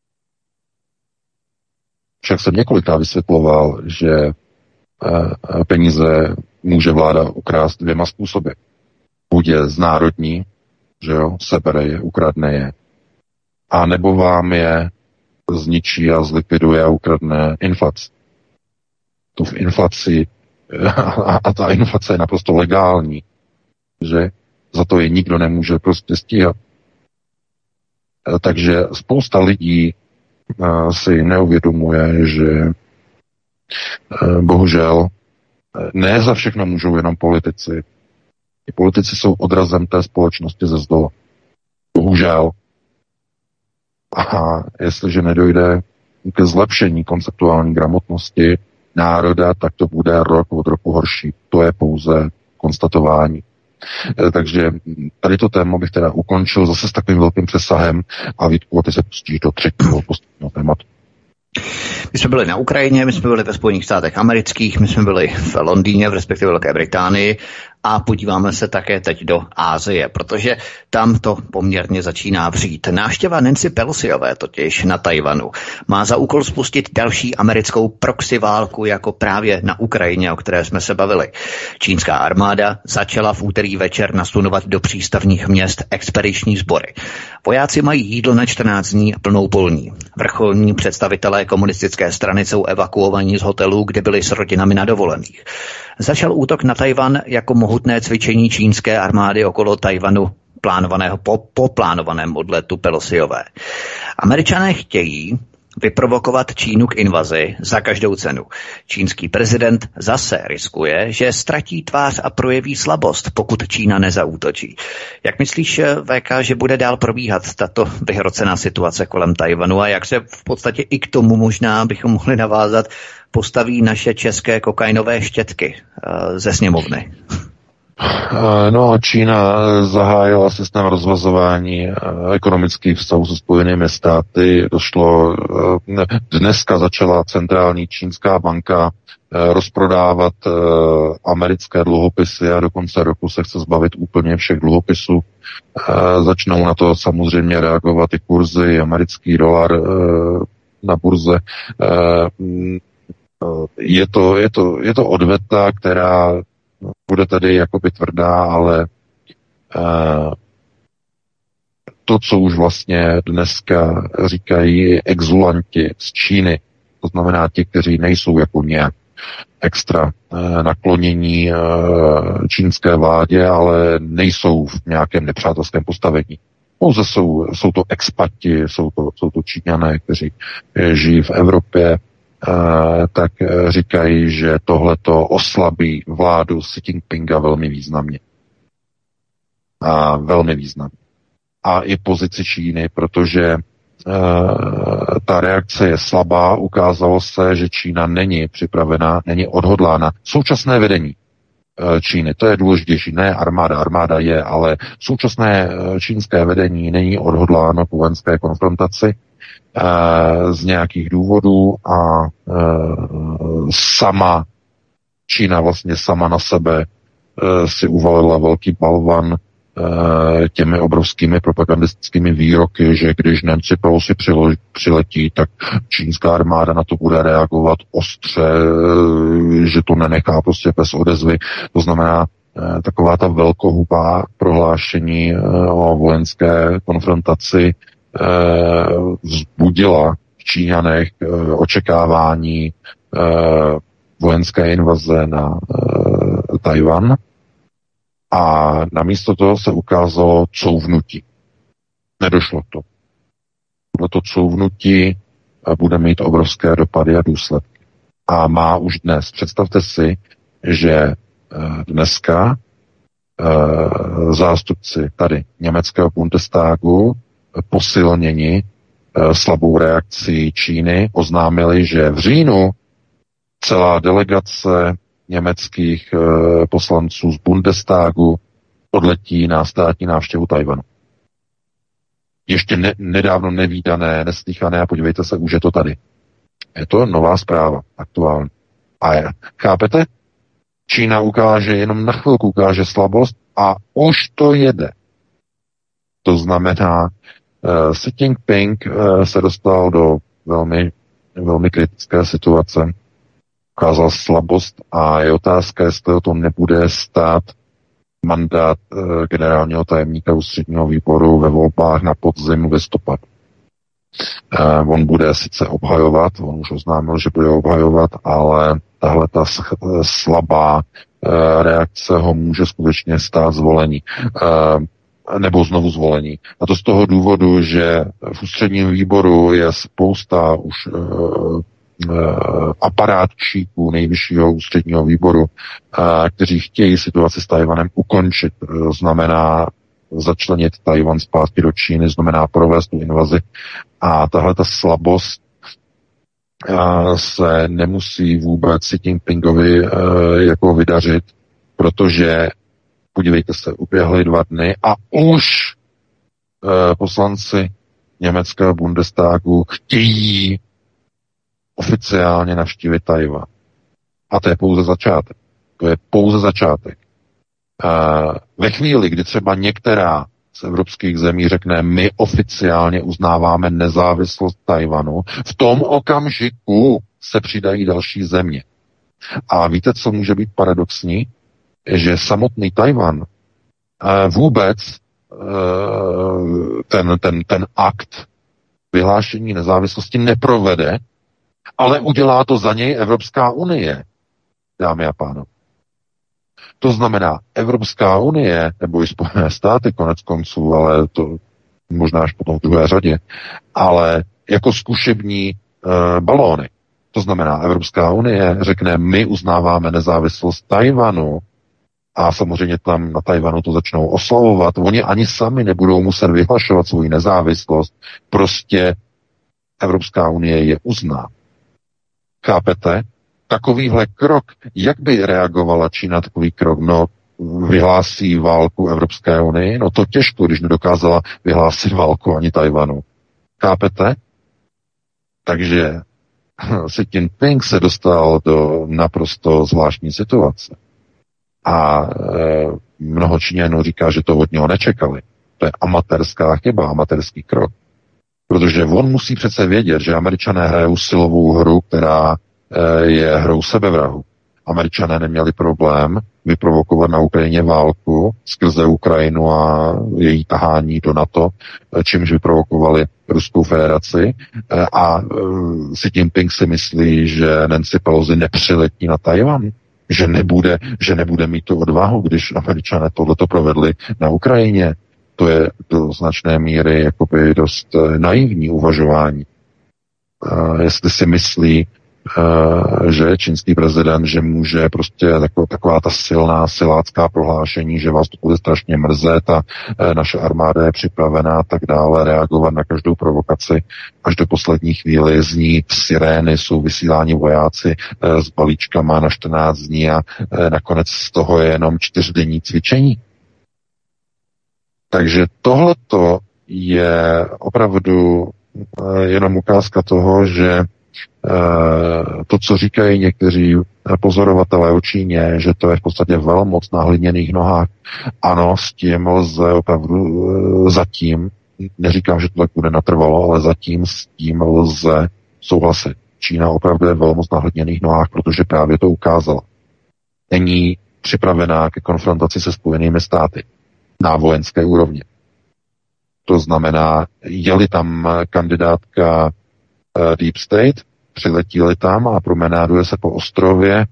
Však jsem několikrát vysvětloval, že peníze může vláda ukrást dvěma způsoby. Buď je znárodní, že jo, sebere je, ukradne je, a nebo vám je zničí a zlikviduje a ukradne inflaci. Tu v inflaci, a, a ta inflace je naprosto legální, že za to je nikdo nemůže prostě stíhat. Takže spousta lidí si neuvědomuje, že bohužel ne za všechno můžou jenom politici. I politici jsou odrazem té společnosti ze zdola. Bohužel. A jestliže nedojde ke zlepšení konceptuální gramotnosti národa, tak to bude rok od roku horší. To je pouze konstatování. Takže tady to téma bych teda ukončil zase s takovým velkým přesahem a Vítku, a ty se pustíš do třetího posledního tématu. My jsme byli na Ukrajině, my jsme byli ve Spojených státech amerických, my jsme byli v Londýně, v respektive Velké Británii A podíváme se také teď do Asie, protože tam to poměrně začíná vřít. Návštěva Nancy Pelosiové totiž na Tajvanu má za úkol spustit další americkou proxy válku jako právě na Ukrajině, o které jsme se bavili. Čínská armáda začala v úterý večer nasunovat do přístavních měst expediční sbory. Vojáci mají jídlo na čtrnáct dní a plnou polní. Vrcholní představitelé komunistické strany jsou evakuovaní z hotelů, kde byli s rodinami na dovolených. Začal útok na Tajvan jako mohutné cvičení čínské armády okolo Tajvanu, plánovaného po, po plánovaném odletu Pelosiové. Američané chtějí vyprovokovat Čínu k invazi za každou cenu. Čínský prezident zase riskuje, že ztratí tvář a projeví slabost, pokud Čína nezaútočí. Jak myslíš, V K, že bude dál probíhat tato vyhrocená situace kolem Tajvanu a jak se v podstatě i k tomu možná bychom mohli navázat postaví naše české kokainové štětky ze sněmovny? No, Čína zahájila systém rozvazování ekonomických vztahů se Spojenými státy. Došlo, dneska začala centrální čínská banka rozprodávat americké dluhopisy a do konce roku se chce zbavit úplně všech dluhopisů. Začnou na to samozřejmě reagovat i kurzy, americký dolar na burze. Je to, je to, je to odveta, která bude tady jakoby tvrdá, ale uh, to, co už vlastně dneska říkají exulanti z Číny, to znamená ti, kteří nejsou jako nějak extra uh, naklonění uh, čínské vládě, ale nejsou v nějakém nepřátelském postavení. Pouze jsou, jsou to expati, jsou to, jsou to Číňané, kteří žijí v Evropě, Uh, tak uh, říkají, že tohleto oslabí vládu Xi Jinpinga velmi významně. A velmi významně. A i pozici Číny, protože uh, ta reakce je slabá, ukázalo se, že Čína není připravená, není odhodlána. Současné vedení uh, Číny, to je důležitější, ne armáda, armáda je, ale současné uh, čínské vedení není odhodláno k vojenské konfrontaci z nějakých důvodů a sama Čína vlastně sama na sebe si uvalila velký balvan těmi obrovskými propagandistickými výroky, že když Nancy Pelosi přiletí, tak čínská armáda na to bude reagovat ostře, že to nenechá prostě bez odezvy. To znamená taková ta velkohubá prohlášení o vojenské konfrontaci vzbudila v Číňanech očekávání vojenské invaze na Tajvan a namísto toho se ukázalo couvnutí. Nedošlo k tomu. Toto couvnutí bude mít obrovské dopady a důsledky. A má už dnes. Představte si, že dneska zástupci tady německého Bundestagu posilněni e, slabou reakcí Číny oznámili, že v říjnu celá delegace německých e, poslanců z Bundestagu odletí na státní návštěvu Tajvanu. Ještě ne, nedávno nevídané, neslýchané a podívejte se, už je to tady. Je to nová zpráva, aktuální. A je, chápete? Čína ukáže, jenom na chvilku ukáže slabost a už to jede. To znamená, uh, Xi Jinping uh, se dostal do velmi, velmi kritické situace, ukázal slabost a je otázka, jestli o tom nebude stát mandát uh, generálního tajemníka ústředního výboru ve volbách na podzim v listopadu. Uh, on bude sice obhajovat, on už oznámil, že bude obhajovat, ale tahle ta slabá uh, reakce ho může skutečně stát zvolení. Uh, nebo znovu zvolení. A to z toho důvodu, že v ústředním výboru je spousta už uh, uh, aparátčíků nejvyššího ústředního výboru, uh, kteří chtějí situaci s Tajvanem ukončit. Uh, znamená začlenit Tajvan zpátky do Číny, znamená provést tu invazi. A tahle ta slabost uh, se nemusí vůbec Xi Jinpingovi uh, jako vydařit, protože podívejte se, uběhly dva dny a už e, poslanci německého Bundestagu chtějí oficiálně navštívit Tajvan. A to je pouze začátek. To je pouze začátek. ve chvíli, kdy třeba některá z evropských zemí řekne, my oficiálně uznáváme nezávislost Tajvanu, v tom okamžiku se přidají další země. A víte, co může být paradoxní? Že samotný Tajvan vůbec ten, ten, ten akt vyhlášení nezávislosti neprovede, ale udělá to za něj Evropská unie, dámy a pánové. To znamená, Evropská unie, nebo i Spojené státy konec konců, ale to možná až potom v druhé řadě, ale jako zkušební e, balóny. To znamená, Evropská unie řekne, my uznáváme nezávislost Tajvanu a samozřejmě tam na Tajvanu to začnou oslavovat. Oni ani sami nebudou muset vyhlašovat svou nezávislost. Prostě Evropská unie je uzná. Chápete? Takovýhle krok, jak by reagovala Čína takový krok? No, vyhlásí válku Evropské unii? No to těžko, když nedokázala vyhlásit válku ani Tajvanu. Chápete? Takže Xi Jinping se dostal do naprosto zvláštní situace. A e, mnoho Číňanů říká, že to od něho nečekali. To je amatérská chyba, amatérský krok. Protože on musí přece vědět, že Američané hrajou silovou hru, která e, je hrou sebevrahu. Američané neměli problém vyprovokovat na Ukrajině válku skrze Ukrajinu a její tahání do NATO, čímž vyprovokovali Ruskou federaci. A Xi Jinping si myslí, že Nancy Pelosi nepřiletí na Tajvan, že nebude, že nebude mít tu odvahu, když Američané tohleto provedli na Ukrajině. To je do značné míry jakoby dost naivní uvažování. Jestli si myslí, že čínský prezident, že může prostě taková, taková ta silná silácká prohlášení, že vás to bude strašně mrzet a naše armáda je připravená a tak dále reagovat na každou provokaci. Až do poslední chvíli zní sirény, jsou vysíláni vojáci s balíčkama na čtrnáct dní a nakonec z toho je jenom čtyřdenní cvičení. Takže tohleto je opravdu jenom ukázka toho, že to, co říkají někteří pozorovatelé o Číně, že to je v podstatě velmoc na hliněných nohách. Ano, s tím lze opravdu zatím, neříkám, že to tak bude natrvalo, ale zatím s tím lze souhlasit. Čína opravdu je velmoc na hliněných nohách, protože právě to ukázala. Není připravená ke konfrontaci se Spojenými státy na vojenské úrovni. To znamená, je-li tam kandidátka Deep State, přiletí-li tam a promenáduje se po ostrově,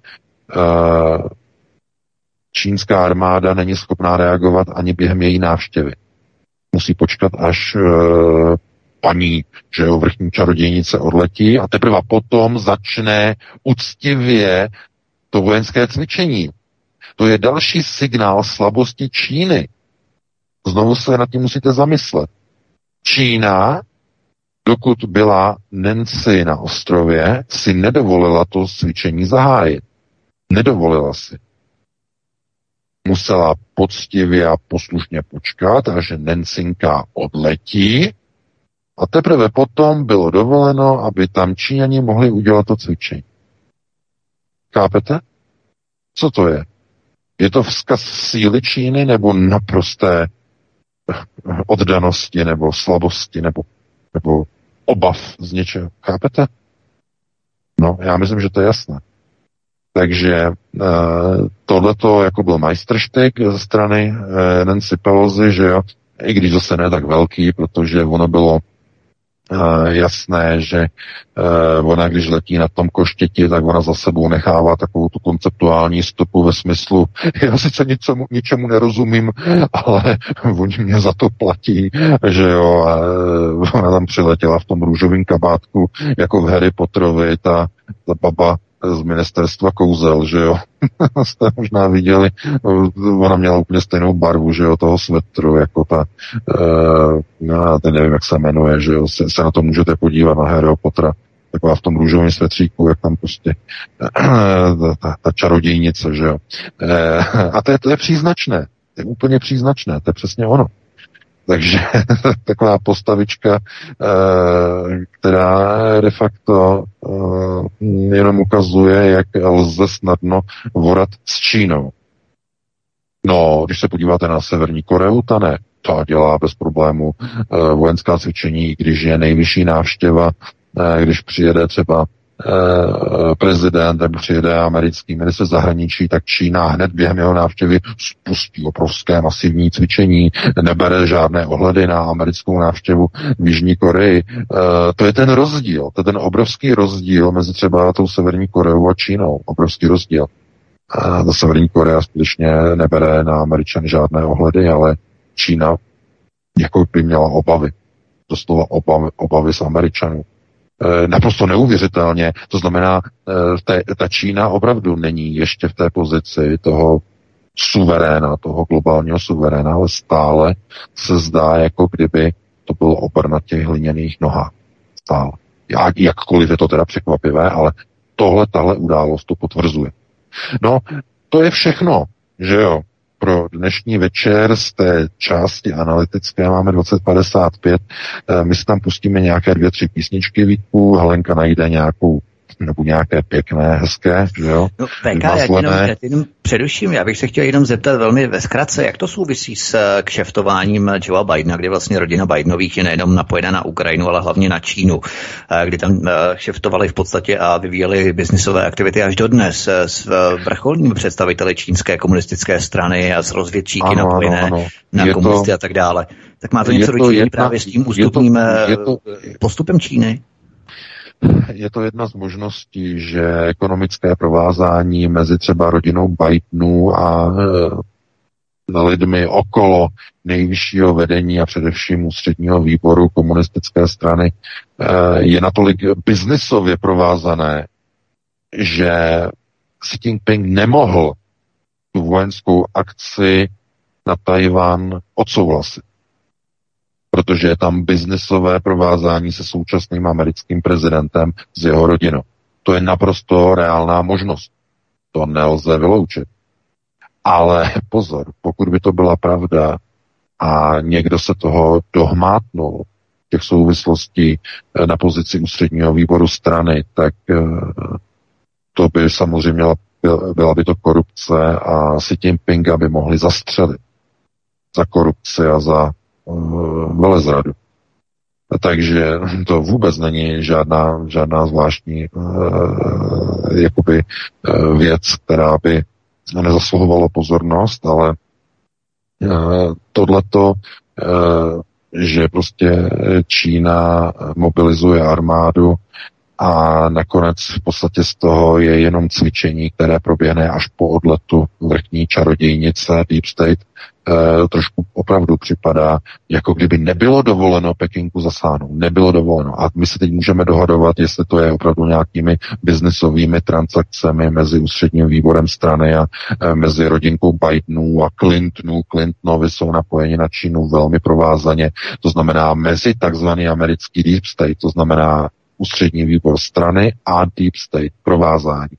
čínská armáda není schopná reagovat ani během její návštěvy. Musí počkat, až paní, že jo, vrchní čarodějnice odletí a teprve potom začne uctivě to vojenské cvičení. To je další signál slabosti Číny. Znovu se nad tím musíte zamyslet. Čína, dokud byla Nancy na ostrově, si nedovolila to cvičení zahájit. Nedovolila si. Musela poctivě a poslušně počkat, až Nancinka odletí a teprve potom bylo dovoleno, aby tam Číňani mohli udělat to cvičení. Chápete? Co to je? Je to vzkaz síly Číny nebo naprosté oddanosti nebo slabosti nebo, nebo obav z něčeho? Chápete? No, já myslím, že to je jasné. Takže e, tohleto jako byl majstrštyk ze strany e, Nancy Pelosi, že jo, i když zase ne tak velký, protože ono bylo e, jasné, že e, ona, když letí na tom koštěti, tak ona za sebou nechává takovou tu konceptuální stopu ve smyslu, já sice ničemu, ničemu nerozumím, ale oni mě za to platí, že jo, a ona tam přiletěla v tom růžovém kabátku, jako v Harry Potterovi, ta, ta baba z ministerstva kouzel, že jo. Jste možná viděli, ona měla úplně stejnou barvu, že jo, toho svetru, jako ta, uh, já teď nevím, jak se jmenuje, že jo, se, se na to můžete podívat na Harryho Pottera, taková v tom růžovém svetříku, jak tam prostě uh, ta, ta čarodějnice, že jo. Uh, a to je, to je příznačné, to je úplně příznačné, to je přesně ono. Takže taková postavička, která de facto jenom ukazuje, jak lze snadno vorat s Čínou. No, když se podíváte na Severní Koreu, ta ne. Ta dělá bez problému e, vojenská cvičení, když je nejvyšší návštěva, e, když přijede třeba e, prezident nebo přijede americký ministr zahraničí, tak Čína hned během jeho návštěvy spustí obrovské masivní cvičení, nebere žádné ohledy na americkou návštěvu v Jižní Koreji. E, to je ten rozdíl, to je ten obrovský rozdíl mezi třeba tou Severní Koreou a Čínou. Obrovský rozdíl. A ta Severní Korea skutečně nebere na Američany žádné ohledy, ale Čína jako by měla obavy. Doslova obavy, obavy z Američanů. E, naprosto neuvěřitelně. To znamená, e, ta Čína opravdu není ještě v té pozici toho suveréna, toho globálního suveréna, ale stále se zdá, jako kdyby to byl obr na těch hliněných nohách. Stále. Jak, jakkoliv je to teda překvapivé, ale tohle, tahle událost to potvrzuje. No, to je všechno, že jo. Pro dnešní večer z té části analytické máme dvacet padesát pět. My si tam pustíme nějaké dvě, tři písničky, Vítku. Helenka najde nějakou, nebo nějaké pěkné, hezké, že jo. No, V K, já jenom, já jenom předuším, já bych se chtěl jenom zeptat velmi ve zkratce, jak to souvisí s kšeftováním Joea Bidena, kdy vlastně rodina Bidenových je nejenom napojena na Ukrajinu, ale hlavně na Čínu, kdy tam kšeftovali v podstatě a vyvíjeli biznisové aktivity až dodnes s vrcholními představiteli čínské komunistické strany a s rozvědčíky ano, napojené ano, ano. na je komunisty to, a tak dále. Tak má to něco dočinění právě s tím ústupním je to, je to, postupem Číny? Je to jedna z možností, že ekonomické provázání mezi třeba rodinou Bidenů a e, lidmi okolo nejvyššího vedení a především ústředního výboru komunistické strany e, je natolik biznisově provázané, že Xi Jinping nemohl tu vojenskou akci na Tajvan odsouhlasit, protože je tam biznisové provázání se současným americkým prezidentem s jeho rodinou. To je naprosto reálná možnost. To nelze vyloučit. Ale pozor, pokud by to byla pravda a někdo se toho dohmátnul, těch souvislostí na pozici ústředního výboru strany, tak to by samozřejmě byla by to korupce a Xi Jinpinga by mohli zastřelit za korupci a za velezradu. Takže to vůbec není žádná, žádná zvláštní uh, jakoby uh, věc, která by nezasluhovala pozornost, ale uh, tohleto, uh, že prostě Čína mobilizuje armádu a nakonec v podstatě z toho je jenom cvičení, které proběhne až po odletu vrchní čarodějnice Deep State, e, trošku opravdu připadá, jako kdyby nebylo dovoleno Pekinku zasáhnout. Nebylo dovoleno. A my se teď můžeme dohadovat, jestli to je opravdu nějakými biznisovými transakcemi mezi ústředním výborem strany a e, mezi rodinkou Bidenů a Clintonů. Clintonovi jsou napojeni na Čínu velmi provázaně. To znamená mezi takzvaný americký Deep State, to znamená ústřední výbor strany a Deep State, provázání.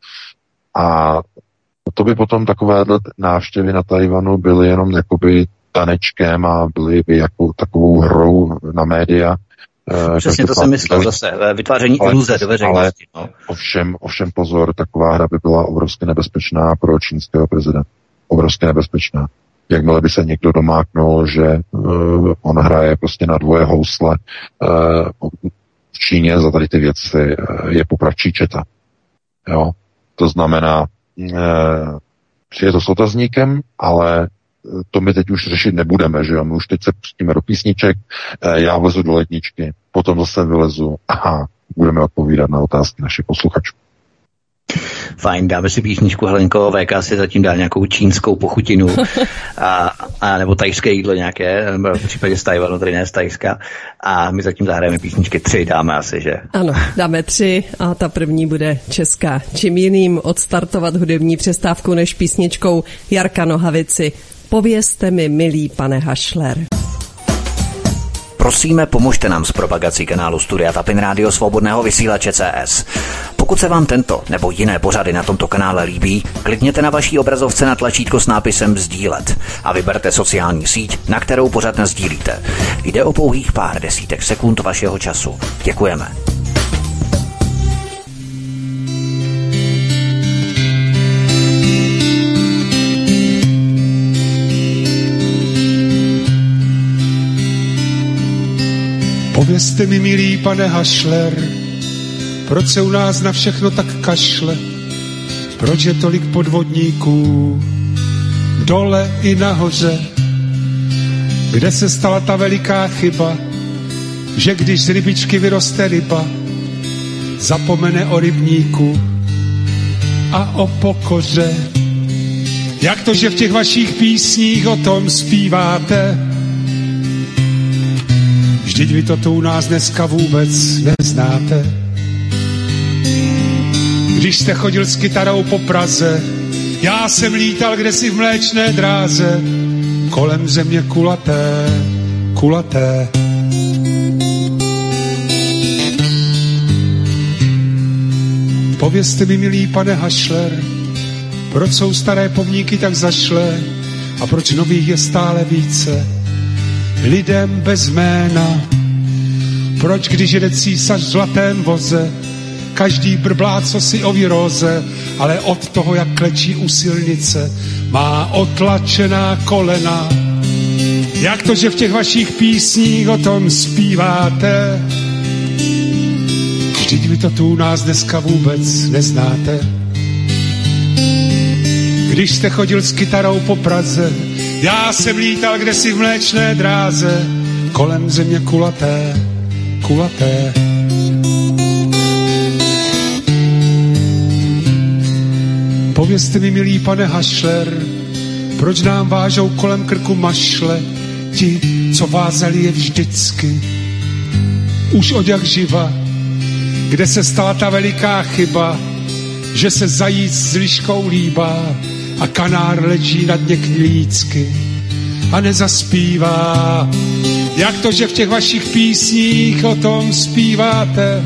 A to by potom takovéhle návštěvy na Tajvanu byly jenom jakoby tanečkem a byly by jako takovou hrou na média. Přesně to jsem myslel zase, vytváření iluze do veřejnosti. No. Ovšem, ovšem pozor, taková hra by byla obrovsky nebezpečná pro čínského prezidenta. Obrovsky nebezpečná. Jakmile by se někdo domáknul, že uh, on hraje prostě na dvoje housle, uh, v Číně za tady ty věci je popravčí četa. Jo? To znamená, e, přijde to s otazníkem, ale to my teď už řešit nebudeme, že jo? My už teď se pustíme do písniček, e, já vlezu do ledničky, potom zase vylezu a budeme odpovídat na otázky našich posluchačů. Fajn, dáme si písničku, Helenko, V K si zatím dá nějakou čínskou pochutinu a, a nebo tajské jídlo nějaké, v případě z Tajvanu, tady ne z Tajska, a my zatím zahrajeme písničky tři, dáme asi, že? Ano, dáme tři a ta první bude česká. Čím jiným odstartovat hudební přestávku než písničkou Jarka Nohavici. Povězte mi, milý pane Hašler. Prosíme, pomožte nám s propagací kanálu Studia Tapin Rádio Svobodného vysílače C S. Pokud se vám tento nebo jiné pořady na tomto kanále líbí, klikněte na vaší obrazovce na tlačítko s nápisem sdílet a vyberte sociální síť, na kterou pořad nasdílíte. Jde o pouhých pár desítek sekund vašeho času. Děkujeme. Povězte mi, milý pane Hašler, proč se u nás na všechno tak kašle? Proč je tolik podvodníků dole i nahoře? Kde se stala ta veliká chyba, že když z rybičky vyroste ryba, zapomene o rybníku a o pokoře? Jak to, že v těch vašich písních o tom zpíváte? Vždyť vy to tu u nás dneska vůbec neznáte. Když jste chodil s kytarou po Praze, já jsem lítal kdesi v mléčné dráze, kolem země kulaté, kulaté. Povězte mi, milý pane Hašler, proč jsou staré pomníky tak zašlé a proč nových je stále více? Lidem bez jména. Proč, když jede císař v zlatém voze, každý brblá co si o výroze, ale od toho, jak klečí u silnice, má otlačená kolena? Jak to, že v těch vašich písních o tom zpíváte? Vždyť vy to tu u nás dneska vůbec neznáte. Když jste chodil s kytarou po Praze, já jsem lítal kdesi v mléčné dráze, kolem země kulaté, kulaté. Povězte mi, milý pane Hašler, proč nám vážou kolem krku mašle ti, co vázali je vždycky, už od jak živa? Kde se stala ta veliká chyba, že se zajíc s liškou líbá a kanár leží na dně knilícky a nezaspívá? Jak to, že v těch vašich písních o tom zpíváte?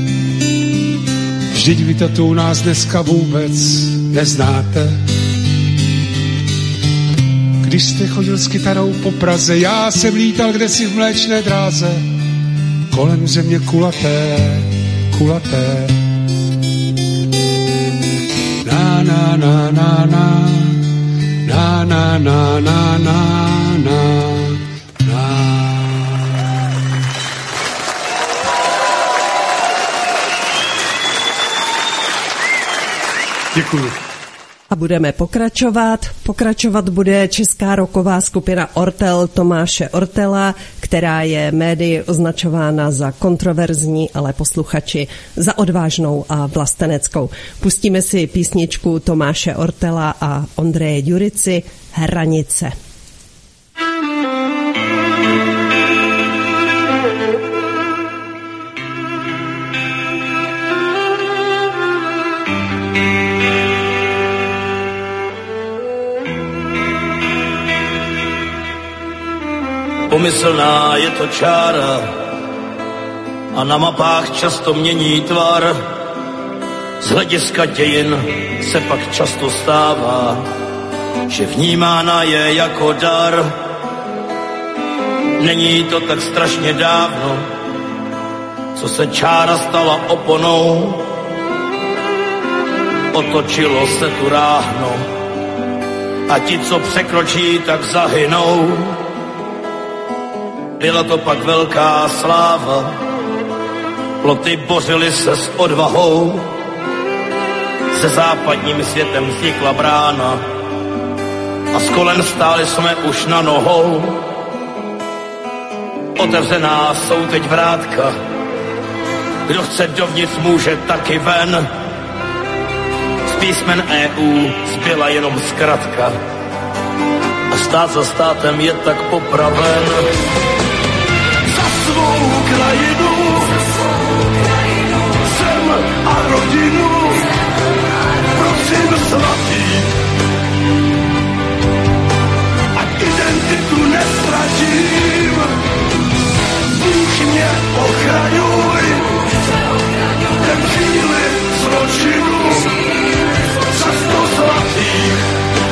Vždyť vy to tu u nás dneska vůbec neznáte. Když jste chodil s kytarou po Praze, já jsem lítal kdesi v mléčné dráze, kolem země kulaté, kulaté. Na na na na na na na na na na na. Děkuji. A budeme pokračovat. Pokračovat bude česká rocková skupina Ortel Tomáše Ortela, která je médii označována za kontroverzní, ale posluchači za odvážnou a vlasteneckou. Pustíme si písničku Tomáše Ortela a Ondreje Ďurici Hranice. Pomyslná je to čára a na mapách často mění tvar. Z hlediska dějin se pak často stává, že vnímána je jako dar. Není to tak strašně dávno, co se čára stala oponou. Otočilo se tu ráhno a ti, co překročí, tak zahynou. Byla to pak velká sláva, ploty bořily se s odvahou, se západním světem vznikla brána a s kolem stáli jsme už na nohou. Otevřená jsou teď vrátka, kdo chce dovnitř, může taky ven. Z písmen E U zbyla jenom zkratka a stát za státem je tak popraven. Za svou krajinu, zem a rodinu, prosím svatý, ať identitu nestratím. Bůh mě ochraňuj, ten chvíli zločinu, za sto zlatých.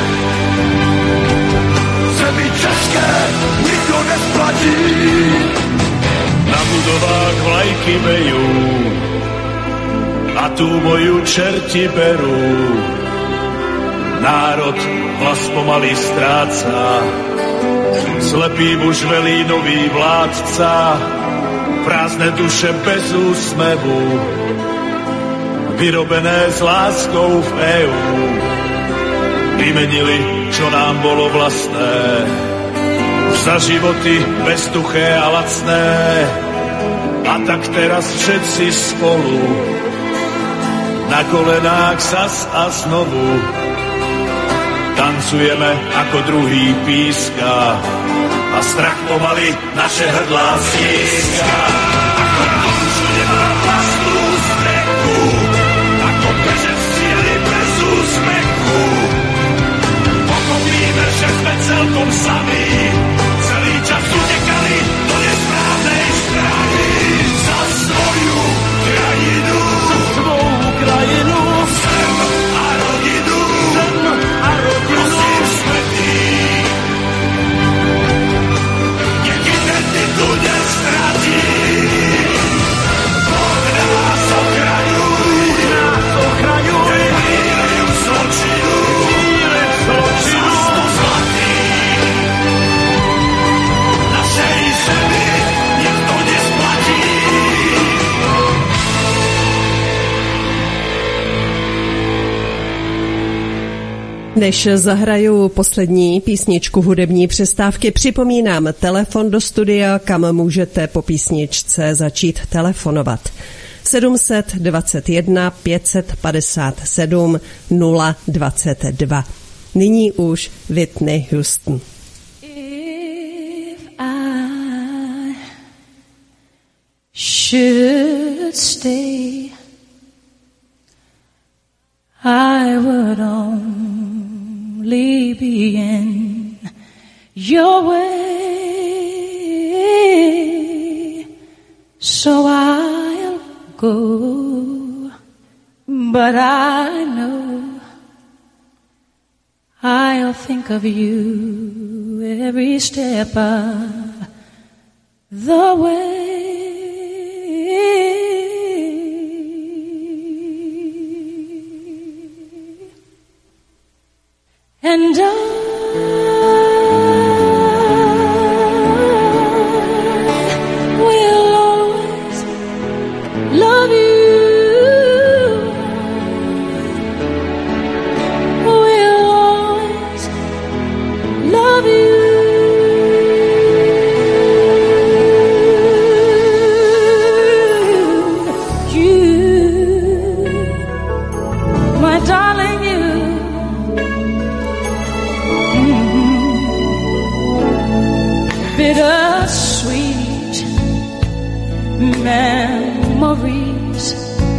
Zemi české nikdo nesplatí. Na budovách vlajky vejou a tu boju čerti berou. Národ hlas pomaly ztrácá, slepý muž velí nový vládca. prázdné duše bez úsmevu, vyrobené s láskou v é ú, vymenili, čo nám bolo vlastné, za životy bezduché a lacné. A tak teraz všetci spolu na kolenách zas a znovu tancujeme, ako druhý píska a strach pomaly naše hrdlá stíska. Ako konču nemá vlastnú strechu, ako bežec síly bez úsmechu, pochopíme, že sme celkom sami, celý čas utekali do nesprávnej strany za svoju krajinu, za svou krajinu, sem a rodinu, sem a rodinu. Prosím svätý, nech identitu nestratí, Boh nás ochraňuj, nás ochraňuj, nemíli v zločinu, nemíli v zločinu, zastu zlatý. Našej zemi nikto nesplatí. Než zahraju poslední písničku hudební přestávky, připomínám telefon do studia, kam můžete po písničce začít telefonovat. sedm set dvacet jedna pět set padesát sedm nula dvacet dva. Nyní už Whitney Houston. If I should stay, I would only be in your way, so I'll go, but I know I'll think of you every step of the way. And I will always love you, will always love you. You, my darling, you. Bittersweet memories,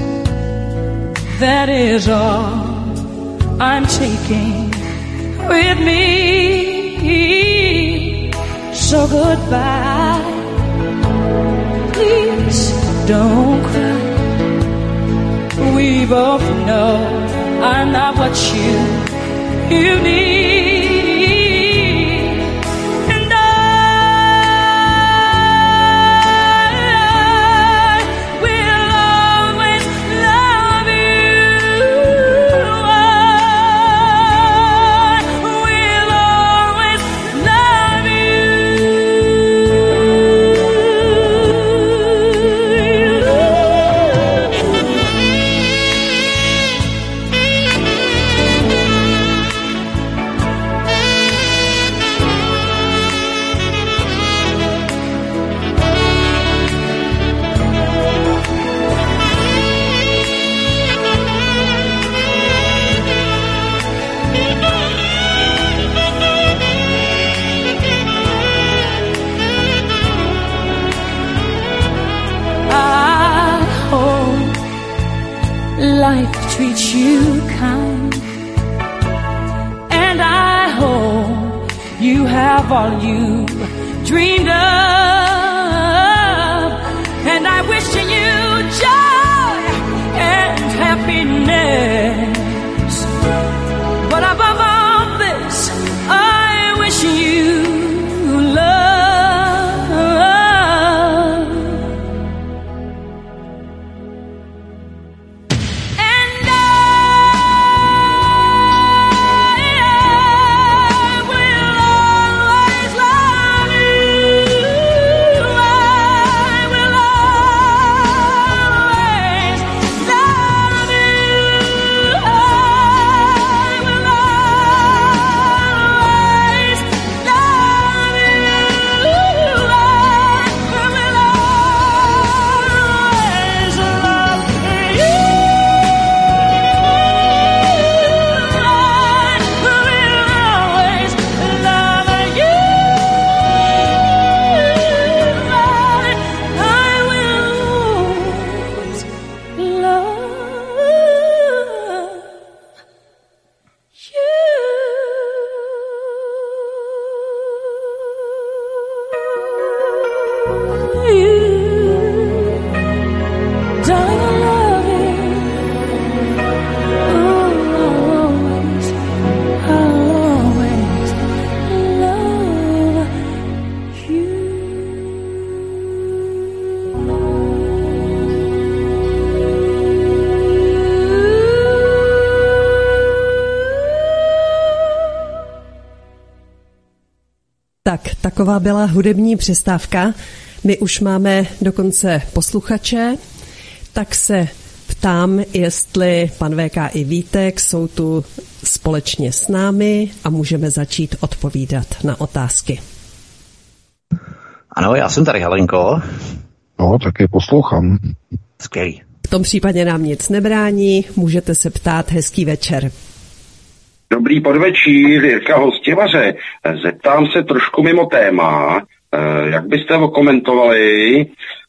that is all I'm taking with me. So goodbye, please don't cry. We both know I'm not what you, you need. Life treats you kind, and I hope you have all you dreamed of, and I wish you joy and happiness, but above all this, I wish you love. Tak, taková byla hudební přestávka. My už máme dokonce posluchače, tak se ptám, jestli pan V K i Vítek jsou tu společně s námi a můžeme začít odpovídat na otázky. Ano, já jsem tady, Helenko. No, taky poslouchám. Skvělý. V tom případě nám nic nebrání, můžete se ptát. Hezký večer. Dobrý podvečír, Jirka Hostivaře. Zeptám se trošku mimo téma. Jak byste okomentovali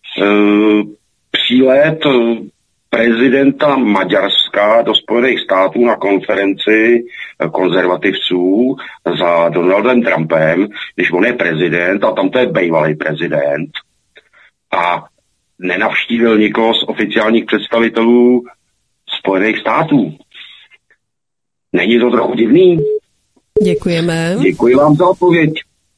přílet prezidenta Maďarska do Spojených států na konferenci konzervativců za Donaldem Trumpem, když on je prezident a tam to je bývalý prezident a nenavštívil nikoho z oficiálních představitelů Spojených států. Není to trochu divný? Děkujeme. Děkuji vám za odpověď.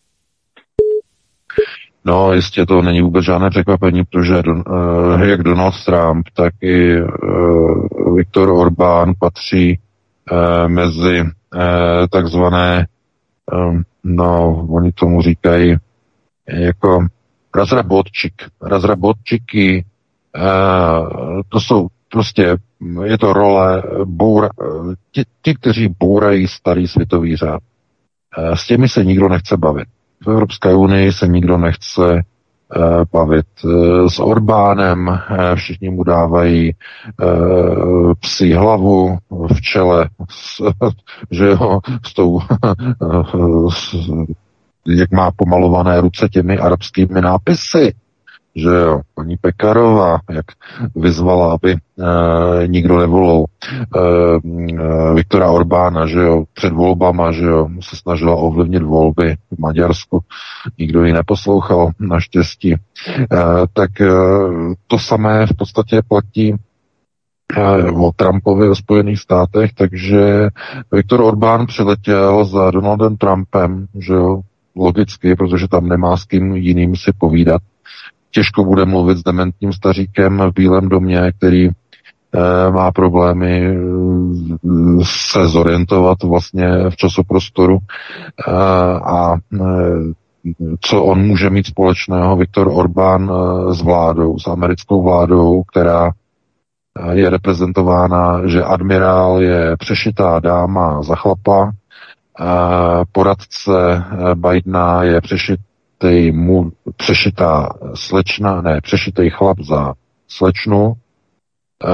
No, jistě to není vůbec žádné překvapení, protože don, uh, jak Donald Trump, tak i uh, Viktor Orbán patří uh, mezi uh, takzvané, um, no, oni tomu říkají jako razrabotčik, razrabotčiky, uh, to jsou prostě, je to role boura, ti, ti, kteří bourají starý světový řád. Uh, s těmi se nikdo nechce bavit. V Evropské unii se nikdo nechce uh, bavit uh, s Orbánem, uh, všichni mu dávají uh, psí hlavu v čele, s, že jo, s tou, uh, s, jak má pomalované ruce těmi arabskými nápisy, že jo, paní Pekarová, jak vyzvala, aby uh, nikdo nevolil uh, uh, Viktora Orbána, že jo, před volbama, že jo, se snažila ovlivnit volby v Maďarsku, nikdo ji neposlouchal, naštěstí. Uh, tak uh, to samé v podstatě platí uh, o Trumpovi ve Spojených státech, takže Viktor Orbán přiletěl za Donaldem Trumpem, že jo, logicky, protože tam nemá s kým jiným si povídat. Těžko bude mluvit s dementním staříkem v Bílém domě, který e, má problémy e, se zorientovat vlastně v časoprostoru e, a e, co on může mít společného Viktor Orbán e, s vládou, s americkou vládou, která e, je reprezentována, že admirál je přešitá dáma za chlapa, e, poradce e, Bidena je přešit mu přešitá slečna, ne, přešitej chlap za slečnu. E,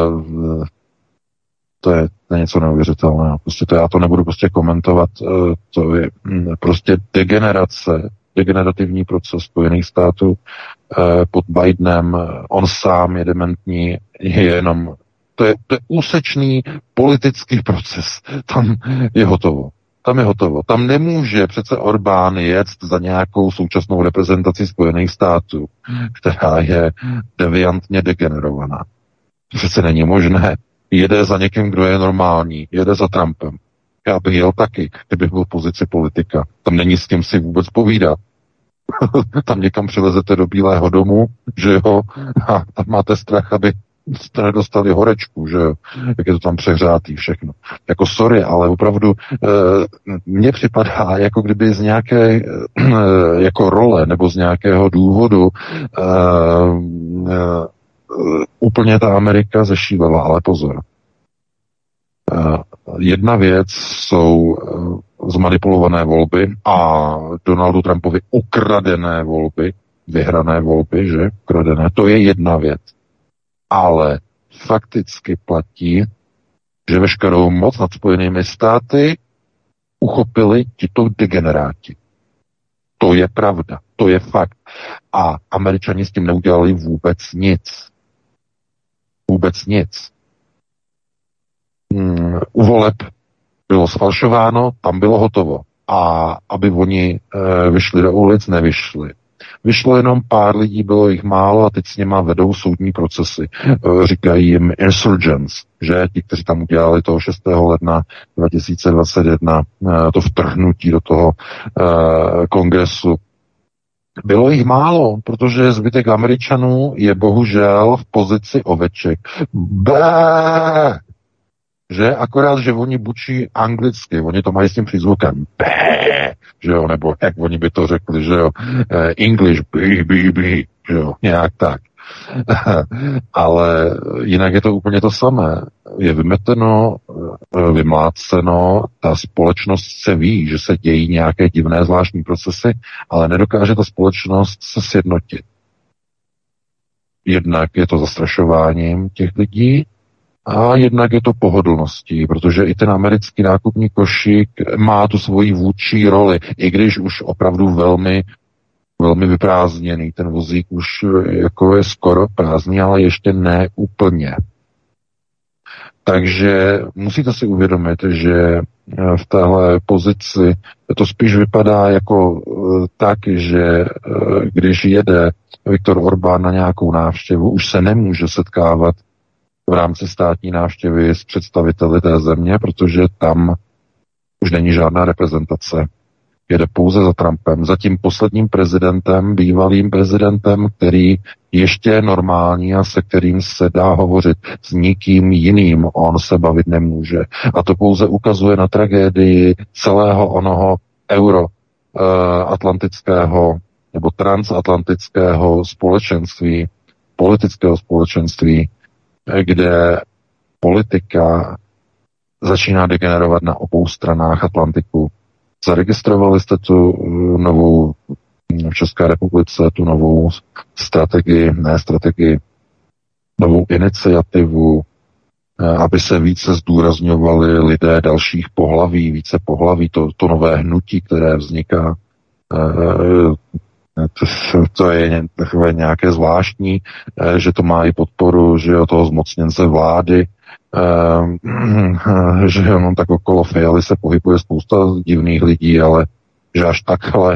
to je, to je něco neuvěřitelného. Prostě to já to nebudu prostě komentovat. E, to je m, prostě degenerace, degenerativní proces Spojených států e, pod Bidenem. On sám je dementní, je jenom, to je, to je úsečný politický proces. Tam je hotovo. Tam je hotovo. Tam nemůže přece Orbán jet za nějakou současnou reprezentaci Spojených států, která je deviantně degenerovaná. To přece není možné. Jede za někým, kdo je normální. Jede za Trumpem. Já bych jel taky, kdybych byl v pozici politika. Tam není s kým si vůbec povídat. Tam někam přilezete do Bílého domu, že jo, a tam máte strach, aby jste nedostali horečku, že jo, jak je to tam přehřátý všechno. Jako sorry, ale opravdu e, mně připadá, jako kdyby z nějaké e, jako role nebo z nějakého důvodu e, e, úplně ta Amerika zešílela, ale pozor. E, jedna věc jsou e, zmanipulované volby a Donaldu Trumpovi ukradené volby, vyhrané volby, že, ukradené, to je jedna věc. Ale fakticky platí, že veškerou moc nad Spojenými státy uchopili tito degeneráti. To je pravda, to je fakt. A Američani s tím neudělali vůbec nic. Vůbec nic. Hmm, u voleb bylo sfalšováno, tam bylo hotovo. A aby oni e, vyšli do ulic, nevyšli. Vyšlo jenom pár lidí, bylo jich málo a teď s něma vedou soudní procesy. Říkají jim insurgents, že ti, kteří tam udělali toho šestého ledna dva tisíce dvacet jedna to vtrhnutí do toho uh, kongresu. Bylo jich málo, protože zbytek Američanů je bohužel v pozici oveček. Bé! že akorát, že oni bučí anglicky, oni to mají s tím přízvukem bé, že jo, nebo jak oni by to řekli, že jo, English, bí, bí, bí, že jo, nějak tak. Ale jinak je to úplně to samé. Je vymeteno, vymláceno, ta společnost se ví, že se dějí nějaké divné zvláštní procesy, ale nedokáže ta společnost se sjednotit. Jednak je to zastrašováním těch lidí a jednak je to pohodlností, protože i ten americký nákupní košík má tu svoji vůdčí roli, i když už opravdu velmi velmi vyprázdněný, ten vozík už jako je skoro prázdný, ale ještě ne úplně. Takže musíte si uvědomit, že v téhle pozici to spíš vypadá jako tak, že když jede Viktor Orbán na nějakou návštěvu, už se nemůže setkávat v rámci státní návštěvy s představiteli té země, protože tam už není žádná reprezentace. Jede pouze za Trumpem, za tím posledním prezidentem, bývalým prezidentem, který ještě je normální a se kterým se dá hovořit. S nikým jiným on se bavit nemůže. A to pouze ukazuje na tragédii celého onoho euroatlantického nebo transatlantického společenství, politického společenství, kde politika začíná degenerovat na obou stranách Atlantiku. Zaregistrovali jste tu novou v České republice, tu novou strategii, ne strategii, novou iniciativu, aby se více zdůrazňovali lidé dalších pohlaví, více pohlaví, to, to nové hnutí, které vzniká, to, to je takové nějaké zvláštní, že to má i podporu, že o toho zmocněnce vlády, Uh, že on tak okolo Fialy se pohybuje spousta divných lidí, ale že až takhle.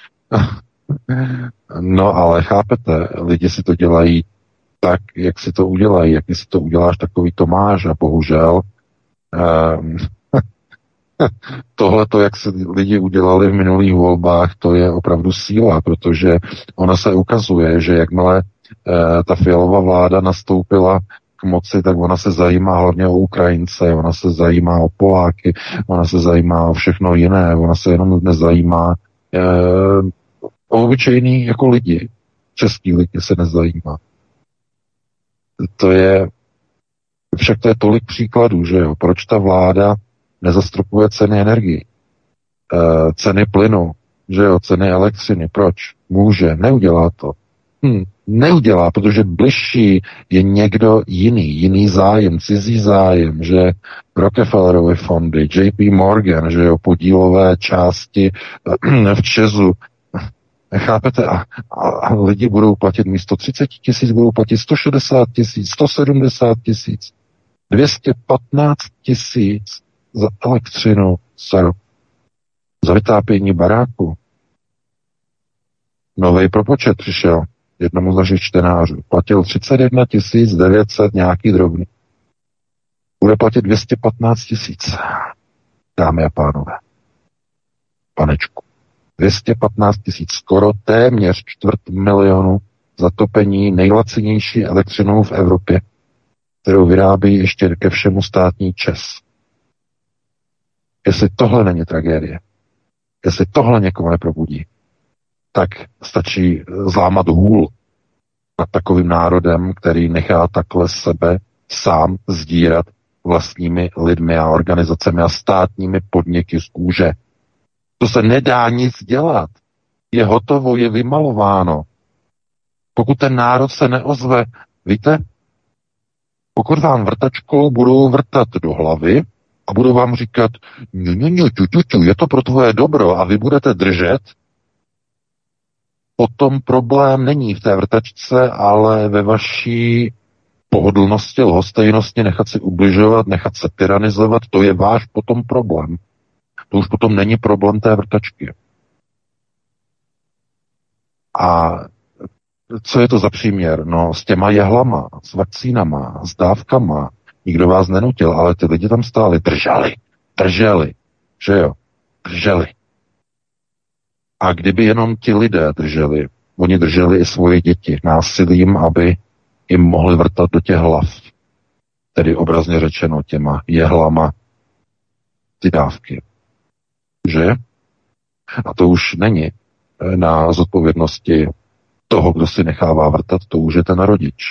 No ale chápete, lidi si to dělají tak, jak si to udělají. Jak si to uděláš, takový to máš a bohužel uh, tohleto, jak se lidi udělali v minulých volbách, to je opravdu síla, protože ona se ukazuje, že jakmile uh, ta Fialová vláda nastoupila moci, tak ona se zajímá hlavně o Ukrajince, ona se zajímá o Poláky, ona se zajímá o všechno jiné, ona se jenom nezajímá e, o obyčejný jako lidi. Český lidi se nezajímá. To je, však to je tolik příkladů, že jo, proč ta vláda nezastropuje ceny energii, e, ceny plynu, že jo, ceny elektřiny, proč? Může, neudělá to. Hm, neudělá, protože bližší je někdo jiný, jiný zájem, cizí zájem, že Rockefellerovy fondy, J P Morgan, že jo, podílové části v Česu, chápete, a, a, a lidi budou platit místo třicet tisíc, budou platit sto šedesát tisíc, sto sedmdesát tisíc, dvě stě patnáct tisíc za elektřinu za rok, za vytápění baráku. Nový propočet přišel jednomu z našich čtenářů. Platil třicet jedna tisíc devět set nějaký drobný. Bude platit dvě stě patnáct tisíc. Dámy a pánové. Panečku. dvě stě patnáct tisíc, skoro téměř čtvrt milionu za topení nejlacinější elektřinou v Evropě, kterou vyrábí ještě ke všemu státní ČEZ. Jestli tohle není tragédie, jestli tohle někoho neprobudí, tak stačí zlámat hůl nad takovým národem, který nechá takhle sebe sám sdírat vlastními lidmi a organizacemi a státními podniky z kůže. To se nedá nic dělat. Je hotovo, je vymalováno. Pokud ten národ se neozve, víte, pokud vám vrtačkou budou vrtat do hlavy a budou vám říkat, ňu, ňu, ňu, ťu, ťu, ťu, je to pro tvoje dobro a vy budete držet, potom problém není v té vrtačce, ale ve vaší pohodlnosti, lhostejnosti, nechat si ubližovat, nechat se tyranizovat, to je váš potom problém. To už potom není problém té vrtačky. A co je to za příměr? No s těma jehlama, s vakcínama, s dávkama. Nikdo vás nenutil, ale ty lidi tam stáli, drželi, drželi, že jo, drželi. A kdyby jenom ti lidé drželi, oni drželi i svoje děti násilím, aby jim mohli vrtat do těch hlav. tedy obrazně řečeno těma jehlama, ty dávky. Že? A to už není na zodpovědnosti toho, kdo si nechává vrtat, to už je ten rodič.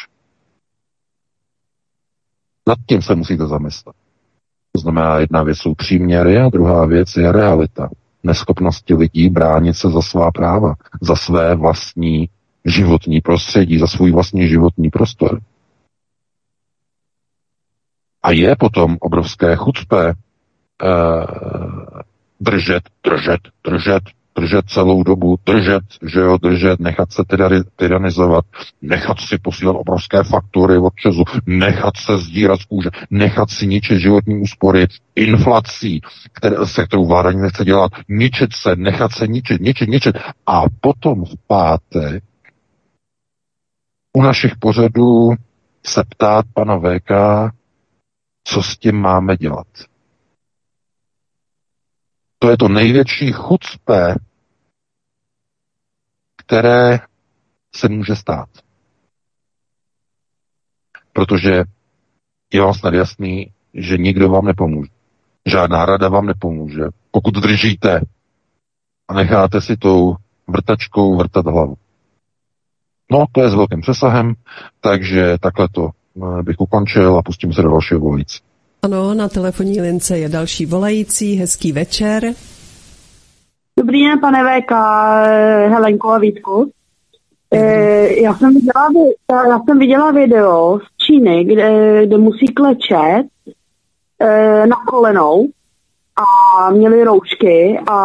Nad tím se musíte zamyslet. To znamená, jedna věc jsou příměry a druhá věc je realita. Neschopnosti lidí bránit se za svá práva, za své vlastní životní prostředí, za svůj vlastní životní prostor. A je potom obrovské chucpe eh, držet, držet, držet, držet celou dobu, držet, že jo, držet, nechat se tyranizovat, nechat si posílat obrovské faktury od Česu, nechat se sdírat z kůže, nechat si ničit životní úspory, inflací, které, se kterou vláda nechce dělat, ničit se, nechat se ničit, ničit, ničit. A potom v pátek u našich pořadů se ptát pana V K, co s tím máme dělat. To je to největší chucpe, které se může stát. Protože je vám snad jasný, že nikdo vám nepomůže. Žádná rada vám nepomůže. Pokud držíte a necháte si tou vrtačkou vrtat hlavu. No, to je s velkým přesahem, takže takhle to bych ukončil a pustím se do dalšího volající. Ano, na telefonní lince je další volající. Hezký večer. Dobrý den, pane V K, Helenko a Vítku. E, já, jsem viděla, já jsem viděla video z Číny, kde, kde musí klečet e, na kolenou a měli roušky a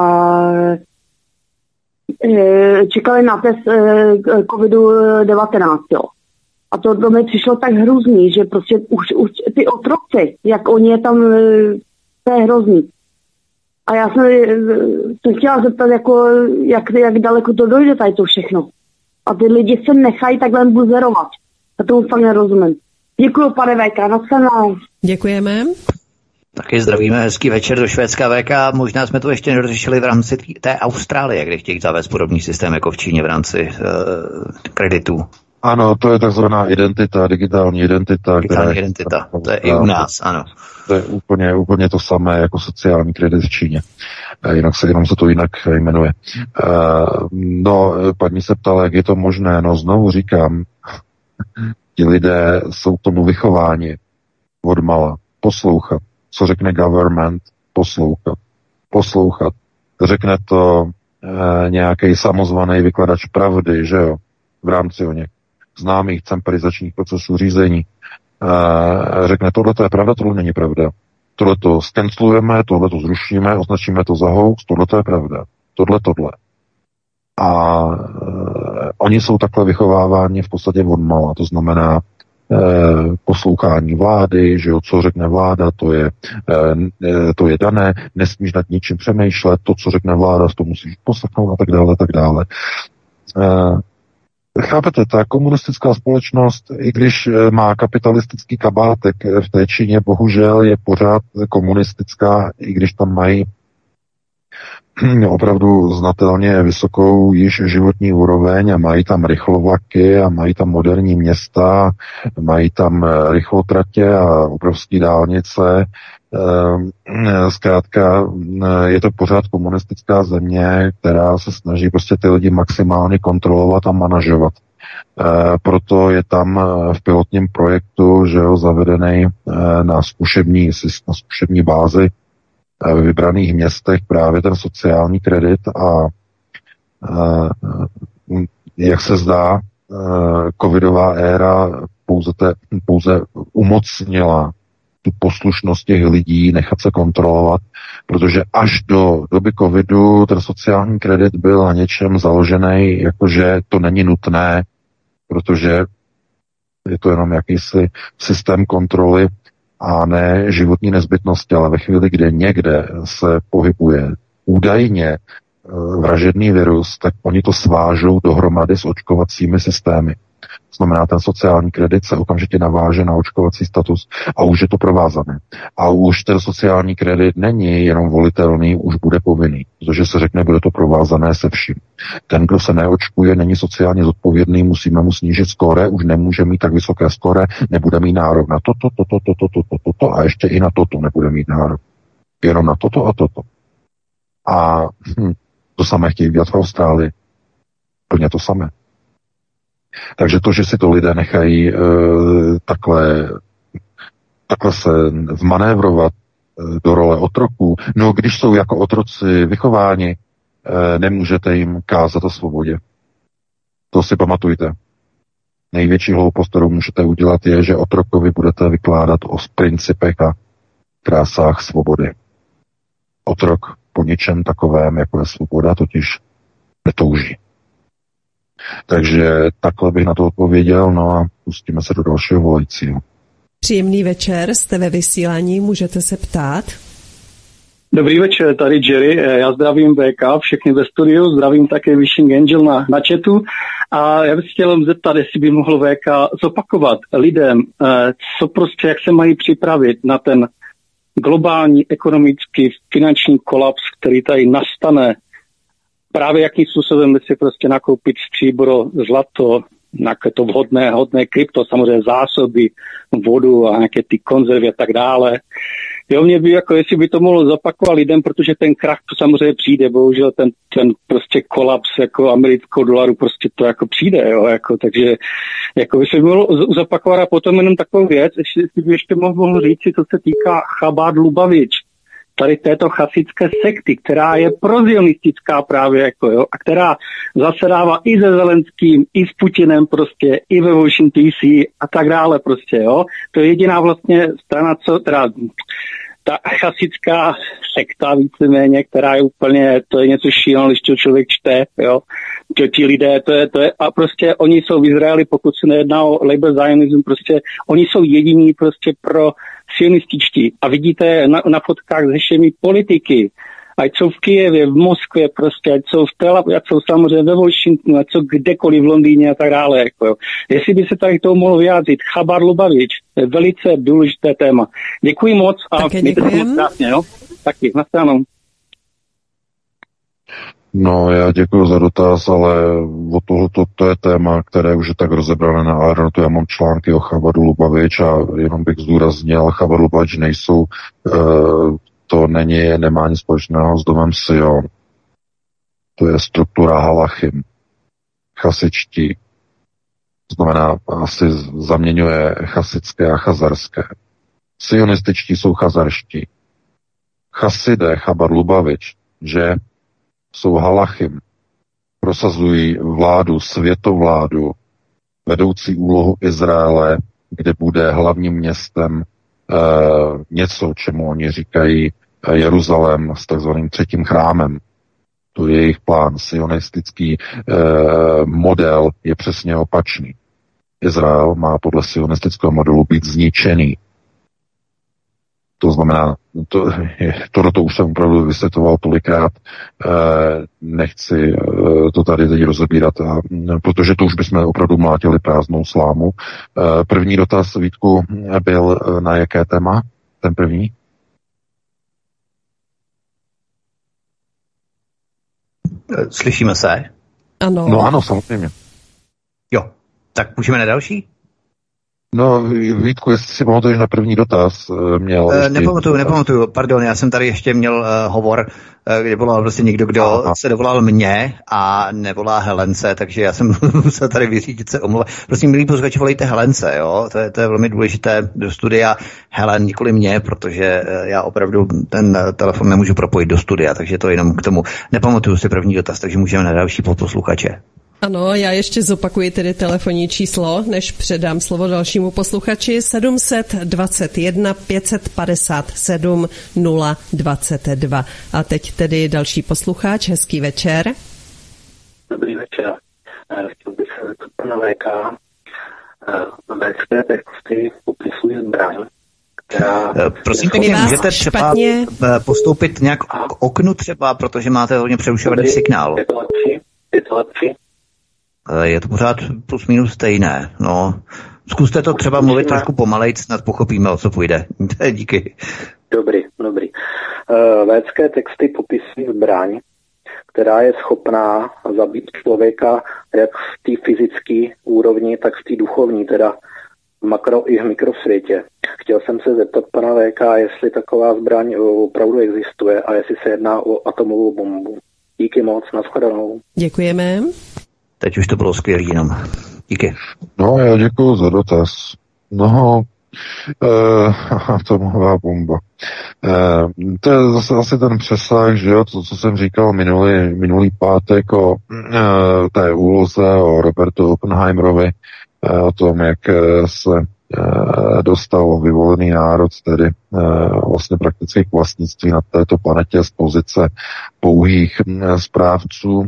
e, čekali na test e, kovidu devatenáct. Jo. A to do mě přišlo tak hrozný, že prostě už, už ty otroci, jak oni je tam, to je hrozný. A já jsem se chtěla zeptat, jako, jak, jak daleko to dojde tady to všechno. A ty lidi se nechají takhle buzerovat. A tomu fakt nerozumím. Děkuju, pane V K, nasledanou. Děkujeme. Taky zdravíme, hezký večer do Švédska V K. Možná jsme to ještě nedořešili v rámci té Austrálie, kde chtějí zavést podobný systém jako v Číně v rámci uh, kreditů. Ano, to je takzvaná identita, digitální identita. Digitální která identita, to je i u nás, ano. To je úplně, úplně to samé jako sociální kredit v Číně. Jinak se, jenom se to jinak jmenuje. No, paní se ptala, jak je to možné. No, znovu říkám, ti lidé jsou k tomu vychováni odmala. Poslouchat, co řekne government, poslouchat. Poslouchat. Řekne to eh, nějaký samozvaný vykladač pravdy, že jo, v rámci o něch známých temporizačních procesů řízení. Uh, řekne, tohle to je pravda, tohle není pravda. Tohle to skenslujeme, tohle to zrušíme, označíme to za hoax, tohle to je pravda. Tohle, tohle. A uh, oni jsou takhle vychováváni v podstatě odmala. To znamená uh, poslouchání vlády, že jo, co řekne vláda, to je, uh, to je dané, nesmíš nad ničím přemýšlet, to, co řekne vláda, to musíš poslechnout a tak dále, tak dále. Uh, Chápete, ta komunistická společnost, i když má kapitalistický kabátek v té Číně, bohužel je pořád komunistická, i když tam mají opravdu znatelně vysokou již životní úroveň a mají tam rychlovlaky a mají tam moderní města, mají tam rychlotratě a obrovské dálnice. Zkrátka je to pořád komunistická země, která se snaží prostě ty lidi maximálně kontrolovat a manažovat. Proto je tam v pilotním projektu, že jo, zavedený na zkušební, na zkušební bázi v vybraných městech právě ten sociální kredit a jak se zdá, covidová éra pouze, te, pouze umocnila tu poslušnost těch lidí, nechat se kontrolovat, protože až do doby covidu ten sociální kredit byl na něčem založený, jakože to není nutné, protože je to jenom jakýsi systém kontroly a ne životní nezbytnosti, ale ve chvíli, kde někde se pohybuje údajně vražedný virus, tak oni to svážou dohromady s očkovacími systémy. Znamená, ten sociální kredit se okamžitě naváže na očkovací status a už je to provázané. A už ten sociální kredit není jenom volitelný, už bude povinný, protože se řekne, bude to provázané se vším. Ten, kdo se neočkuje, není sociálně zodpovědný, musíme mu snížit skóre, už nemůže mít tak vysoké skóre, nebude mít nárok na toto, toto, toto, toto, toto a ještě i na toto nebude mít nárok. Jenom na toto a toto. A hm, to samé chtějí dělat v Austrálii. Plně to samé. Takže to, že si to lidé nechají e, takhle, takhle se vmanévrovat e, do role otroků, no když jsou jako otroci vychováni, e, nemůžete jim kázat o svobodě. To si pamatujte. Největší hloupost, kterou můžete udělat, je, že otrokovi budete vykládat o principech a krásách svobody. Otrok po ničem takovém, jako je svoboda, totiž netouží. Takže takhle bych na to odpověděl, no a pustíme se do dalšího volajícího. Příjemný večer, jste ve vysílání, můžete se ptát. Dobrý večer, tady Jerry, já zdravím V K, všechny ve studiu, zdravím také Wishing Angel na, na chatu a já bych chtěl zeptat, jestli by mohl V K zopakovat lidem, co prostě, jak se mají připravit na ten globální ekonomický finanční kolaps, který tady nastane. Právě jakým způsobem si prostě nakoupit stříbro, zlato, nějaké to vhodné, hodné krypto, samozřejmě zásoby, vodu a nějaké ty konzervy a tak dále. Jo, mě by jako, jestli by to mohlo zopakovat lidem, protože ten krach to samozřejmě přijde, bohužel ten, ten prostě kolaps jako amerického dolaru prostě to jako přijde, jo, jako, takže jako by se mohlo zopakovat a potom jenom takovou věc, jestli by ještě mohl říct, co se týká Chabad Lubavič, tady této chasické sekty, která je prozionistická právě, jako, jo, a která zasedává i se Zelenským, i s Putinem prostě, i ve Washington D C a tak dále prostě, jo. To je jediná vlastně strana, co, teda ta chasická sekta víceméně, která je úplně, to je něco šíleného, když to člověk čte, jo. To ti lidé, to je, to je, a prostě oni jsou v Izraeli, pokud se nejedná o labor zionism, prostě oni jsou jediní prostě pro sionističtí. A vidíte na, na fotkách ze všemi politiky, ať jsou v Kyjevě, v Moskvě prostě, ať jsou v Tel Avivu, ať jsou samozřejmě ve Washingtonu, ať jsou kdekoliv v Londýně a tak dále. Jako, jo. Jestli by se tady toho mohlo vyjádřit, Chabad Lubavič, to je velice důležité téma. Děkuji moc a mějte se moc krásně, jo? Taky, nashledanou. No, já děkuji za dotaz, ale o tohleto to je téma, které už je tak rozebrané na Aeronetu. Já mám články o Chabadu Lubavič a jenom bych zdůraznil, Chabad Lubavič nejsou, e, to není, nemá nic společného s domem Sion. To je struktura halachim. Chasičtí. To znamená, asi zaměňuje chasické a chazarské. Sionističtí jsou chazarští. Chasidé, Chabad Lubavič, že jsou halachim, prosazují vládu, světovládu, vedoucí úlohu Izraele, kde bude hlavním městem e, něco, čemu oni říkají e, Jeruzalém s takzvaným třetím chrámem. To je jejich plán. Sionistický e, model je přesně opačný. Izrael má podle sionistického modelu být zničený. To znamená, to, to, to už jsem opravdu vysvětloval tolikrát, e, nechci e, to tady teď rozebírat, a, protože to už bychom opravdu mlátili prázdnou slámu. E, první dotaz, Vítku, byl na jaké téma? Ten první? Slyšíme se? Ano. No ano, samozřejmě. Jo, tak můžeme na další? No, Vítku, jestli si pamatuješ na první dotaz, měl... E, nepamatuju, nepamatuju, pardon, já jsem tady ještě měl uh, hovor, uh, kde volal prostě někdo, kdo Aha. se dovolal mě a nevolá Helence, takže já jsem musel tady vyřídit se omluvat. Prosím, milí posluchači, volejte Helence, jo, to je, to je velmi důležité do studia Helen, nikoli mě, protože uh, já opravdu ten uh, telefon nemůžu propojit do studia, takže to jenom k tomu. Nepamatuju si první dotaz, takže můžeme na další posluchače. Ano, já ještě zopakuji tedy telefonní číslo, než předám slovo dalšímu posluchači. sedm set dvacet jedna pět set padesát sedm nula dvacet dva. A teď tedy další posluchač. Hezký večer. Dobrý večer. Chtěl bych se zeptat pana V K. Ve své texty popisují zbraň, která... Prosím pěkně, můžete třeba špatně postoupit nějak k oknu třeba, protože máte hodně přerušovaný signál. Je to lepší? Je to lepší? Je to pořád plus minus stejné. No. Zkuste to třeba mluvit trošku pomalejc, snad pochopíme, o co půjde. Díky. Dobrý, dobrý. Uh, védské texty popisují zbraň, která je schopná zabít člověka jak v té fyzické úrovni, tak v té duchovní, teda v makro i v mikrosvětě. Chtěl jsem se zeptat pana V K, jestli taková zbraň opravdu existuje a jestli se jedná o atomovou bombu. Díky moc, nashledanou. Děkujeme. Teď už to bylo skvělý jenom. Díky. No, já děkuju za dotaz. No, uh, atomová bomba. Uh, to je zase asi ten přesah, že jo, to, co jsem říkal minulý, minulý pátek o uh, té úloze, o Robertu Oppenheimerovi, uh, o tom, jak se uh, dostal vyvolený národ, tedy uh, vlastně prakticky k vlastnictví na této planetě z pozice pouhých uh, správců. Uh,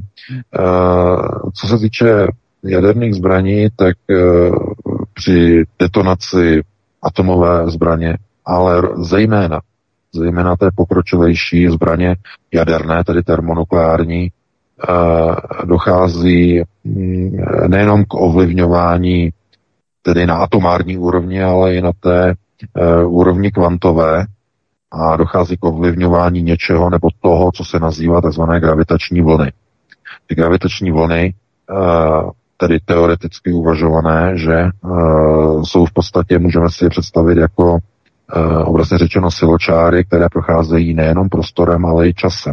co se týče jaderných zbraní, tak uh, při detonaci atomové zbraně, ale zejména, zejména té pokročilejší zbraně jaderné, tedy termonukleární, uh, dochází um, nejenom k ovlivňování tedy na atomární úrovni, ale i na té uh, úrovni kvantové a dochází k ovlivňování něčeho nebo toho, co se nazývá tzv. Gravitační vlny. Ty gravitační vlny uh, tedy teoreticky uvažované, že uh, jsou v podstatě, můžeme si je představit jako uh, obrazně řečeno siločáry, které procházejí nejenom prostorem, ale i časem.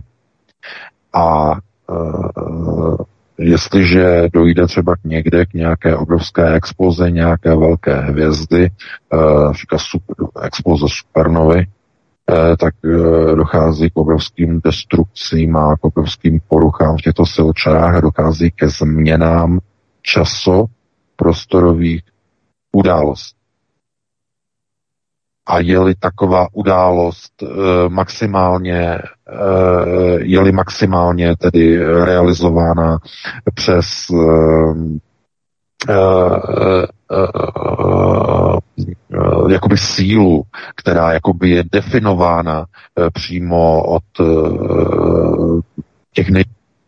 A uh, jestliže dojde třeba k někde k nějaké obrovské explozi, nějaké velké hvězdy, uh, říká super, exploze supernovy, uh, tak uh, dochází k obrovským destrukcím a k obrovským poruchám v těchto siločárách a dochází ke změnám časoprostorových událostí. A je-li taková událost e, maximálně, e, je-li maximálně tedy realizována přes e, e, e, e, jakoby sílu, která jakoby je definována e, přímo od e, těch nej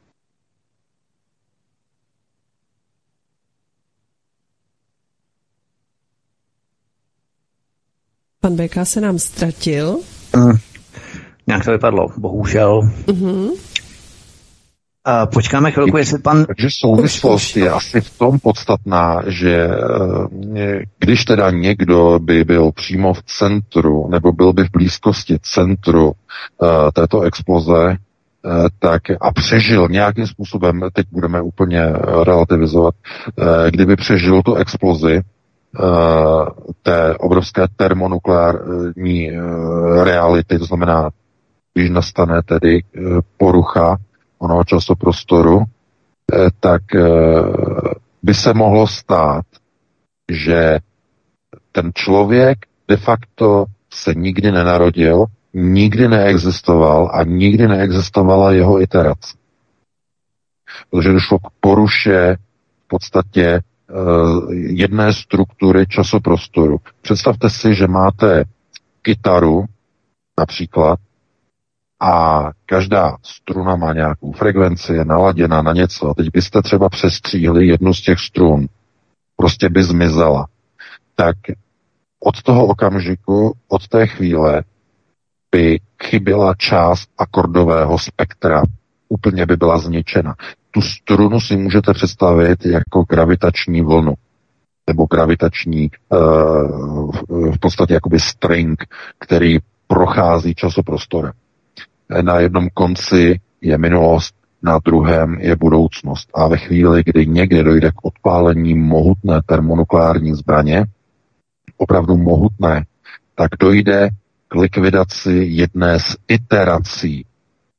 Pan B K se nám ztratil. Mm. Nějak to vypadlo, bohužel. Mm-hmm. A počkáme chvilku, jestli pan... Takže souvislost je asi v tom podstatná, že když teda někdo by byl přímo v centru, nebo byl by v blízkosti centru uh, této exploze, uh, tak a přežil nějakým způsobem, teď budeme úplně relativizovat, uh, kdyby přežil tu explozi, Uh, té obrovské termonukleární uh, reality, to znamená, když nastane tedy uh, porucha onoho časoprostoru, uh, tak uh, by se mohlo stát, že ten člověk de facto se nikdy nenarodil, nikdy neexistoval a nikdy neexistovala jeho iterace. Protože došlo k poruše v podstatě jedné struktury časoprostoru. Představte si, že máte kytaru například a každá struna má nějakou frekvenci, je naladěna na něco a teď byste třeba přestříhli jednu z těch strun, prostě by zmizela. Tak od toho okamžiku, od té chvíle by chyběla část akordového spektra. Úplně by byla zničena. Tu strunu si můžete představit jako gravitační vlnu. Nebo gravitační uh, v podstatě jakoby string, který prochází časoprostorem. Na jednom konci je minulost, na druhém je budoucnost. A ve chvíli, kdy někde dojde k odpálení mohutné termonukleární zbraně, opravdu mohutné, tak dojde k likvidaci jedné z iterací.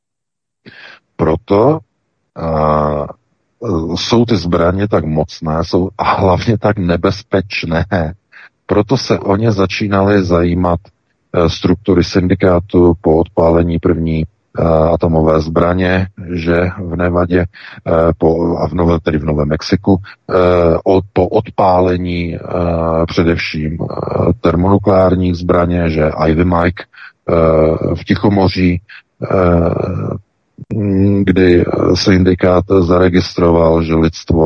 Proto uh, jsou ty zbraně tak mocné, jsou a hlavně tak nebezpečné. Proto se o ně začínaly zajímat uh, struktury syndikátu po odpálení první uh, atomové zbraně, že v Nevadě uh, po, a v Nové, tedy v Novém Mexiku uh, od, po odpálení uh, především uh, termonukleárních zbraně, že Ivy Mike uh, v Tichomoří, uh, kdy syndikát zaregistroval, že lidstvo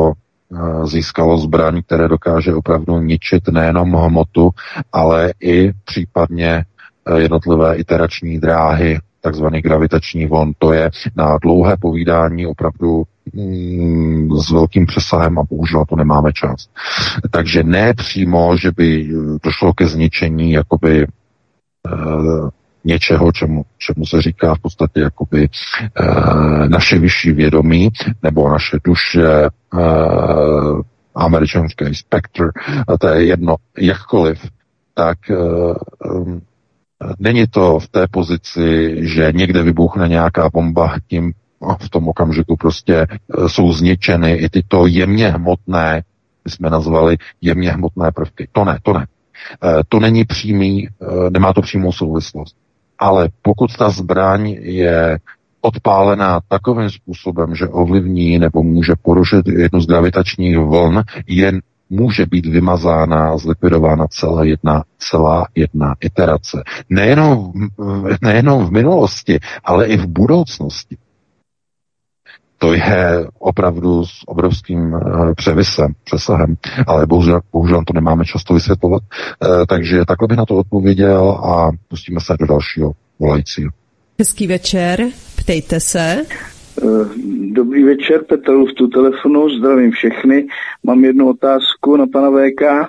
získalo zbraň, které dokáže opravdu ničit nejenom hmotu, ale i případně jednotlivé iterační dráhy, takzvaný gravitační vln. To je na dlouhé povídání opravdu mm, s velkým přesahem a bohužel to nemáme čas. Takže ne přímo, že by došlo ke zničení jakoby uh, něčeho, čemu, čemu se říká v podstatě jakoby uh, naše vyšší vědomí nebo naše duše, uh, američanské spectre, a to je jedno, jakkoliv, tak uh, um, není to v té pozici, že někde vybuchne nějaká bomba, tím v tom okamžiku prostě jsou zničeny i tyto jemně hmotné, my jsme nazvali jemně hmotné prvky. To ne, to ne. To není přímý, nemá to přímou souvislost. Ale pokud ta zbraň je odpálená takovým způsobem, že ovlivní nebo může porušit jednu z gravitačních vln, jen může být vymazána, zlikvidována celá jedna, celá jedna iterace. Nejenom, nejenom v minulosti, ale i v budoucnosti. To je opravdu s obrovským uh, převisem, přesahem, ale bohužel, bohužel to nemáme často vysvětlovat. Uh, takže takhle bych na to odpověděl a pustíme se do dalšího volajícího. Hezký večer, ptejte se. Dobrý večer, Petr v tu telefonu, zdravím všechny. Mám jednu otázku na pana V K.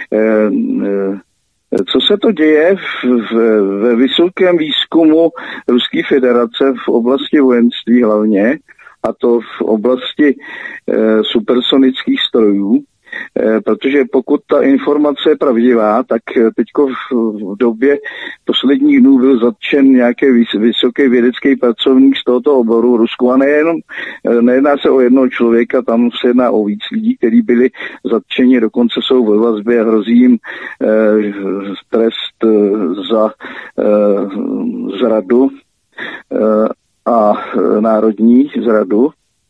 Co se to děje v, ve vysokém výzkumu Ruské federace v oblasti vojenství hlavně, a to v oblasti e, supersonických strojů? E, protože pokud ta informace je pravdivá, tak teďko v, v době posledních dnů byl zatčen nějaký vys, vysoký vědecký pracovník z tohoto oboru Rusku. A nejenom, nejedná se o jednoho člověka, tam se jedná o víc lidí, kteří byli zatčeni, dokonce jsou ve vazbě a hrozí jim e, trest e, za e, zradu e, a e, národní zradu.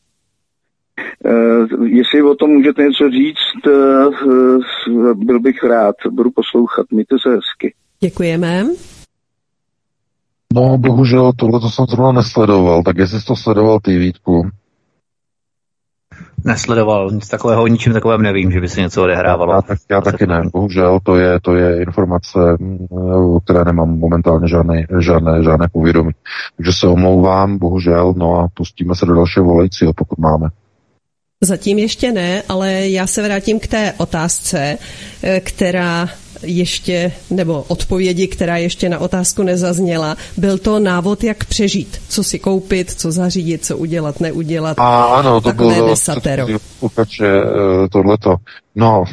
Uh, jestli o tom můžete něco říct, uh, byl bych rád, budu poslouchat, mějte se hezky. Děkujeme. No, bohužel, tohle to jsem zrovna nesledoval, tak jestli jsi to sledoval ty, Vítku? Nesledoval, nic takového, ničím takovém nevím, že by se něco odehrávalo. Já, tak, já taky ne, bohužel, to je, to je informace, o které nemám momentálně žádné, žádné, žádné povědomí. Takže se omlouvám, bohužel, no a pustíme se do dalšího volajícího, pokud máme. Zatím ještě ne, ale já se vrátím k té otázce, která ještě, nebo odpovědi, která ještě na otázku nezazněla. Byl to návod, jak přežít, co si koupit, co zařídit, co udělat, neudělat. A ano, to bylo desatero. Tohleto. No,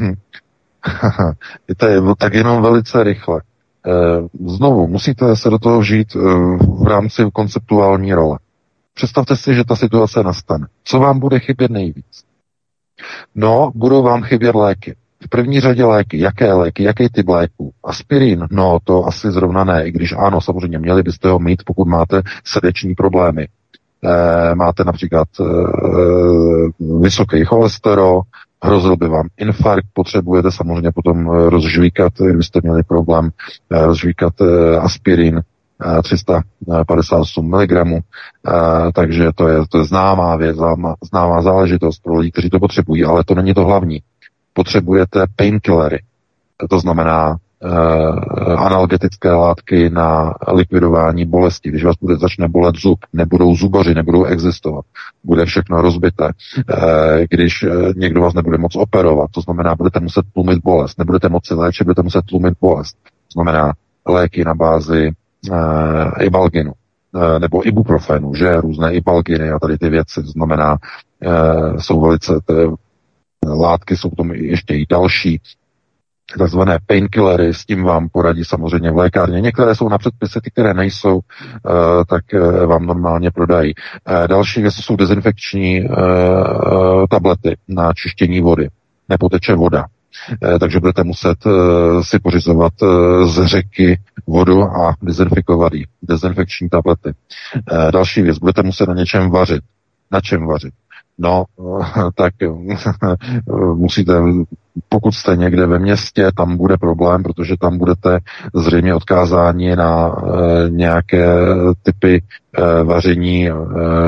to je tak jenom velice rychle. Znovu, musíte se do toho vžít v rámci konceptuální role. Představte si, že ta situace nastane. Co vám bude chybět nejvíc? No, budou vám chybět léky. V první řadě léky. Jaké léky? Jaký typ léků? Aspirin? No, to asi zrovna ne. I když ano, samozřejmě měli byste ho mít, pokud máte srdeční problémy. E, máte například e, vysoký cholesterol, hrozil by vám infarkt, potřebujete samozřejmě potom rozžvíkat, kdybyste měli problém, rozžvíkat e, aspirin, tři sta padesát osm miligramů, takže to je, to je známá věc, známá záležitost pro lidi, kteří to potřebují, ale to není to hlavní. Potřebujete painkillery, to znamená uh, analgetické látky na likvidování bolesti. Když vás bude začne bolet zub, nebudou zubaři, nebudou existovat, bude všechno rozbité. Uh, když uh, někdo vás nebude moc operovat, to znamená, budete muset tlumit bolest, nebudete moci léčit, budete muset tlumit bolest. To znamená léky na bázi Uh, ibalginu, uh, nebo ibuprofenu, že různé ibalginy a tady ty věci, to znamená, uh, jsou velice, ty látky jsou tom ještě i další, takzvané painkillery, s tím vám poradí samozřejmě v lékárně. Některé jsou na předpisy, ty, které nejsou, uh, tak uh, vám normálně prodají. Uh, další věci jsou dezinfekční uh, tablety na čištění vody. Nepoteče voda. Takže budete muset si pořizovat z řeky vodu a dezinfikovat ji. Dezinfekční tablety. Další věc, budete muset na něčem vařit. Na čem vařit? No, tak musíte, pokud jste někde ve městě, tam bude problém, protože tam budete zřejmě odkázáni na nějaké typy vaření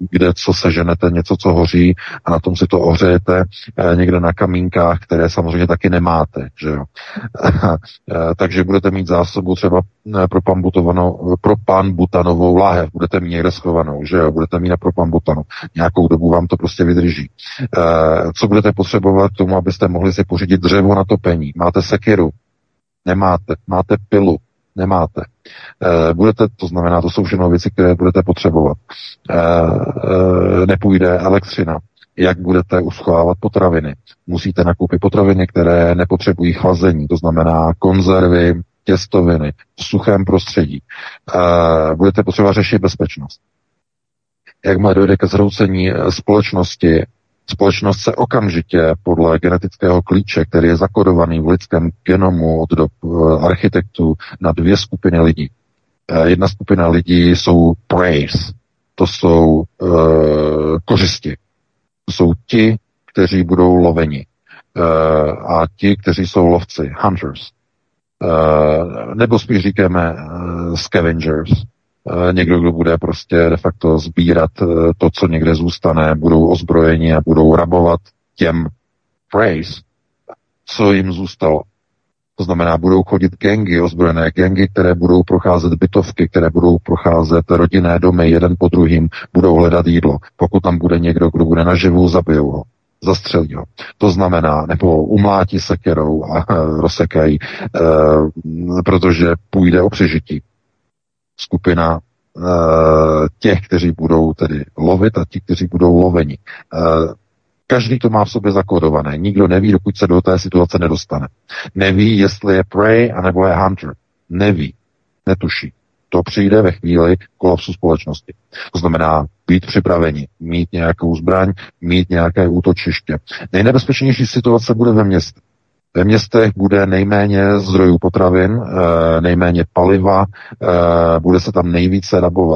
kde co seženete, něco, co hoří a na tom si to ohřejete někde na kamínkách, které samozřejmě taky nemáte, že jo. Takže budete mít zásobu třeba pro pambutovanou, pro panbutanovou láhev, budete mít někde schovanou, že jo, budete mít na propambutanu. Nějakou dobu vám to prostě vydrží. Co budete potřebovat k tomu, abyste mohli si pořídit dřevo na topení? Máte sekiru? Nemáte. Máte pilu? Nemáte. E, budete, to znamená, to jsou všechno věci, které budete potřebovat. E, e, nepůjde elektřina. Jak budete uschovávat potraviny? Musíte nakoupit potraviny, které nepotřebují chlazení, to znamená konzervy, těstoviny v suchém prostředí. E, budete potřebovat řešit bezpečnost. Jakmile dojde ke zhroucení společnosti, společnost se okamžitě podle genetického klíče, který je zakodovaný v lidském genomu od dob architektů, na dvě skupiny lidí. Jedna skupina lidí jsou preys, to jsou uh, kořisti. To jsou ti, kteří budou loveni. Uh, a ti, kteří jsou lovci, hunters. Uh, nebo spíš říkáme uh, scavengers. Někdo, kdo bude prostě de facto sbírat to, co někde zůstane, budou ozbrojeni a budou rabovat těm preys, co jim zůstalo. To znamená, budou chodit gangy, ozbrojené gangy, které budou procházet bytovky, které budou procházet rodinné domy jeden po druhým, budou hledat jídlo. Pokud tam bude někdo, kdo bude naživu, zabijou ho, zastřelí ho. To znamená, nebo umlátí sekerou a rozsekají, e, protože půjde o přežití. Skupina e, těch, kteří budou tedy lovit a ti, kteří budou loveni. E, každý to má v sobě zakódované. Nikdo neví, dokud se do té situace nedostane. Neví, jestli je prey anebo je hunter. Neví. Netuší. To přijde ve chvíli kolapsu společnosti. To znamená být připraveni, mít nějakou zbraň, mít nějaké útočiště. Nejnebezpečnější situace bude ve městě. Ve městech bude nejméně zdrojů potravin, nejméně paliva, bude se tam nejvíce rabovat.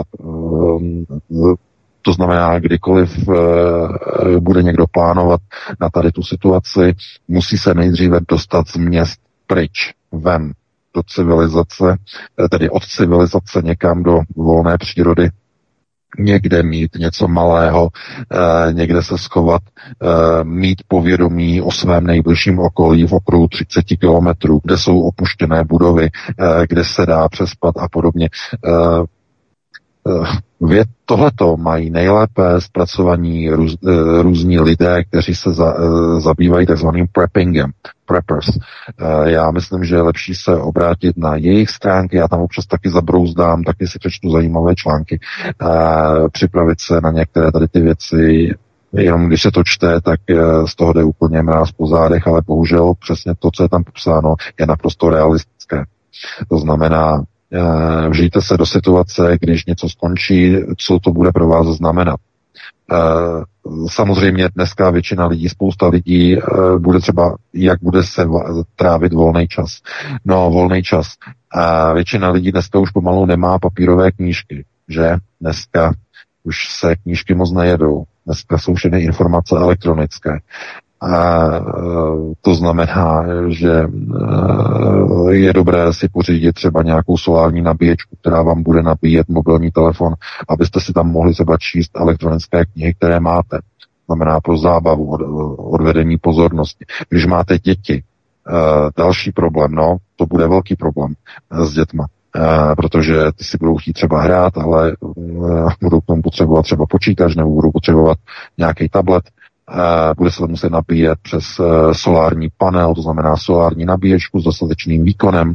To znamená, kdykoliv bude někdo plánovat na tady tu situaci, musí se nejdříve dostat z měst pryč, ven, do civilizace, tedy od civilizace někam do volné přírody, někde mít něco malého, eh, někde se schovat, eh, mít povědomí o svém nejbližším okolí v okruhu třicet kilometrů, kde jsou opuštěné budovy, eh, kde se dá přespat a podobně. Eh, eh, tohleto mají nejlépe zpracovaní růz, eh, různí lidé, kteří se za, eh, zabývají takzvaným preppingem, preppers. Eh, já myslím, že je lepší se obrátit na jejich stránky, já tam občas taky zabrouzdám, taky si přečtu zajímavé články, eh, připravit se na některé tady ty věci, jenom když se to čte, tak eh, z toho jde úplně mráz po zádech, ale bohužel přesně to, co je tam popsáno, je naprosto realistické. To znamená, vžijte se do situace, když něco skončí, co to bude pro vás znamenat. Samozřejmě dneska většina lidí, spousta lidí bude třeba, jak bude se trávit volný čas. No, volný čas. A většina lidí dneska už pomalu nemá papírové knížky, že? Dneska už se knížky moc nejedou. Dneska jsou všechny informace elektronické. A to znamená, že je dobré si pořídit třeba nějakou solární nabíječku, která vám bude nabíjet mobilní telefon, abyste si tam mohli třeba číst elektronické knihy, které máte. To znamená pro zábavu, odvedení pozornosti. Když máte děti, další problém, no, to bude velký problém s dětma. Protože ty si budou chtít třeba hrát, ale budou k tomu potřebovat třeba počítač nebo budou potřebovat nějaký tablet. Bude se to muset nabíjet přes solární panel, to znamená solární nabíječku s dostatečným výkonem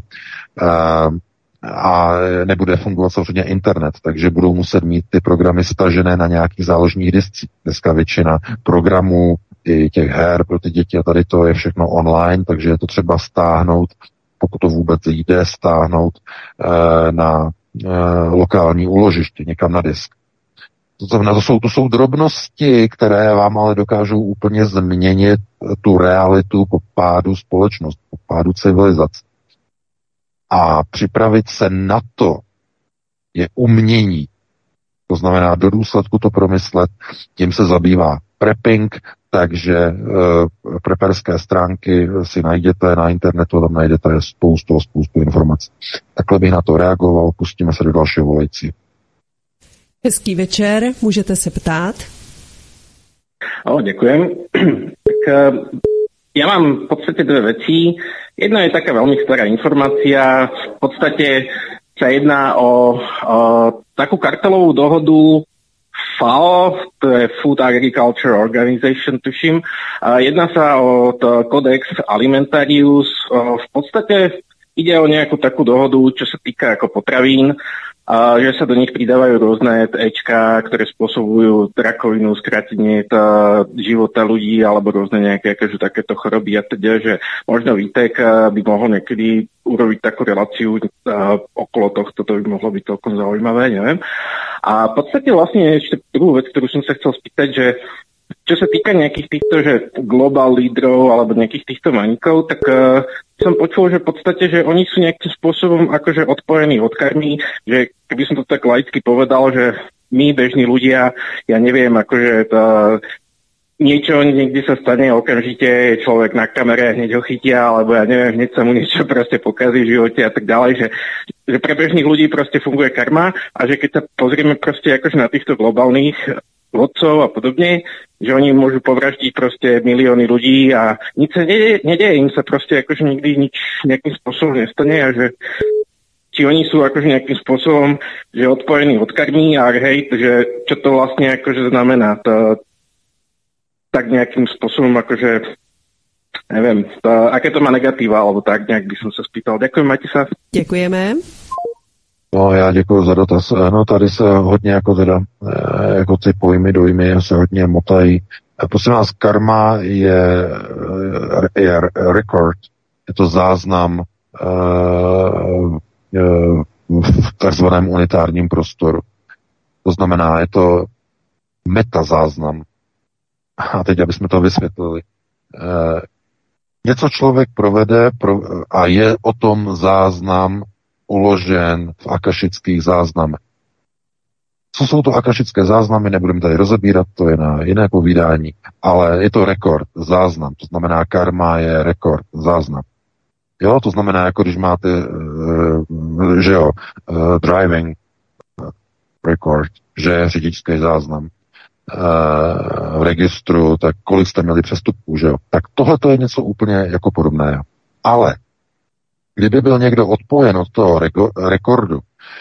a nebude fungovat samozřejmě internet, takže budou muset mít ty programy stažené na nějakých záložních discích. Dneska většina programů i těch her pro ty děti a tady to je všechno online, takže je to třeba stáhnout, pokud to vůbec jde, stáhnout na lokální úložiště, někam na disk. To znamená, to jsou, to jsou drobnosti, které vám ale dokážou úplně změnit tu realitu po pádu společnosti, po pádu civilizace. A připravit se na to je umění. To znamená do důsledku to promyslet, tím se zabývá prepping, takže uh, prepperské stránky si najděte na internetu, tam najdete spoustu, spoustu informací. Takhle bych na to reagoval, pustíme se do dalšího volající. Hezký večer, můžete se ptát. O, ďakujem. Tak ja mám v podstate dve veci. Jedna je taká veľmi stará informácia. V podstate sa jedná o, o takú kartelovú dohodu F A O, to je Food Agriculture Organization, tuším. Jedná sa o Codex Alimentarius. V podstate ide o nejakú takú dohodu, čo sa týka ako potravín, a že sa do nich pridávajú rôzne Ečka, ktoré spôsobujú rakovinu, skrátenie života ľudí alebo rôzne nejaké akože takéto choroby a teda, že možno Vítek by mohol niekedy urobiť takú reláciu okolo tohto, to by mohlo byť celkom zaujímavé, neviem. A v podstate vlastne ešte druhú vec, ktorú som sa chcel spýtať, že čo sa týka nejakých týchto, že global lídrov alebo nejakých týchto maníkov, tak uh, som počul, že v podstate, že oni sú nejakým spôsobom akože odpojení od karmy, že keby som to tak laicky povedal, že my, bežní ľudia, ja neviem, akože to, niečo niekde sa stane, okamžite človek na kamere hneď ho chytia, alebo ja neviem, hneď sa mu niečo proste pokazí v živote a tak ďalej, že, že pre bežných ľudí proste funguje karma a že keď sa pozrieme proste akože na týchto globálnych vodcov a podobne, že oni môžu povraždiť proste milióny ľudí a nič sa nedeje, nedeje im sa proste akože nikdy nič nejakým spôsobom nestane a že či oni sú akože nejakým spôsobom, že odpojení od karmy a hej, že čo to vlastne akože znamená, to tak nejakým spôsobom akože neviem, to, aké to má negatíva, alebo tak nejak by som sa spýtal. Ďakujem, majte sa. Ďakujeme. No, já děkuji za dotaz. No, tady se hodně jako teda, jako ty pojmy, dojmy se hodně motají. Prosím vás, karma je, je record, je to záznam uh, v takzvaném unitárním prostoru. To znamená, je to metazáznam. A teď, abychom to vysvětlili. Uh, něco člověk provede pro, a je o tom záznam uložen v akašických záznamech. Co jsou to akašické záznamy, nebudeme tady rozebírat, to je na jiné povídání, ale je to rekord, záznam, to znamená karma je rekord, záznam. Jo, to znamená, jako když máte, uh, že jo, uh, driving record, že řidičský záznam uh, v registru, tak kolik jste měli přestupků, že jo. Tak tohle to je něco úplně jako podobného. Ale kdyby byl někdo odpojen od toho reko- rekordu,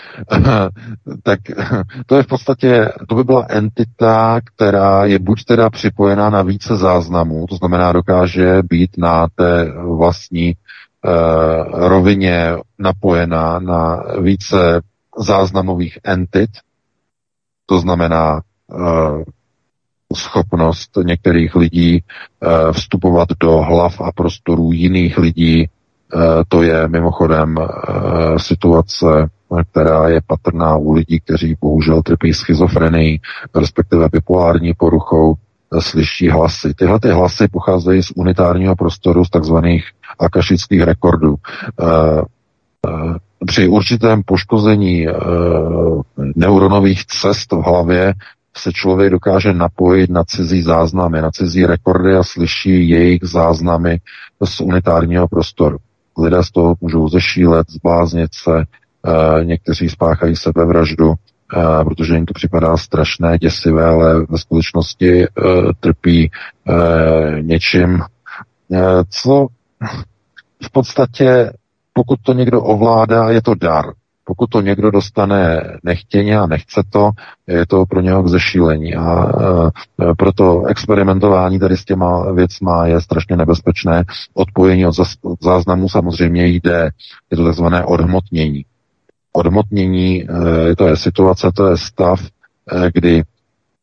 tak to je v podstatě, to by byla entita, která je buď teda připojená na více záznamů, to znamená dokáže být na té vlastní uh, rovině napojená na více záznamových entit, to znamená uh, schopnost některých lidí uh, vstupovat do hlav a prostorů jiných lidí. To je mimochodem situace, která je patrná u lidí, kteří bohužel trpí schizofrenii, respektive bipolární poruchou, slyší hlasy. Tyhle ty hlasy pocházejí z unitárního prostoru, z takzvaných akašických rekordů. Při určitém poškození neuronových cest v hlavě se člověk dokáže napojit na cizí záznamy, na cizí rekordy a slyší jejich záznamy z unitárního prostoru. Lidé z toho můžou zešílet, zbláznit se, e, někteří spáchají sebevraždu, e, protože jim to připadá strašné, děsivé, ale ve skutečnosti e, trpí e, něčím, e, co v podstatě, pokud to někdo ovládá, je to dar. Pokud to někdo dostane nechtěně a nechce to, je to pro něho k zešílení. A e, proto experimentování tady s těma věcma je strašně nebezpečné. Odpojení od, zas, od záznamu samozřejmě jde. Je to takzvané odhmotnění. Odhmotnění, e, to je situace, to je stav, e, kdy e,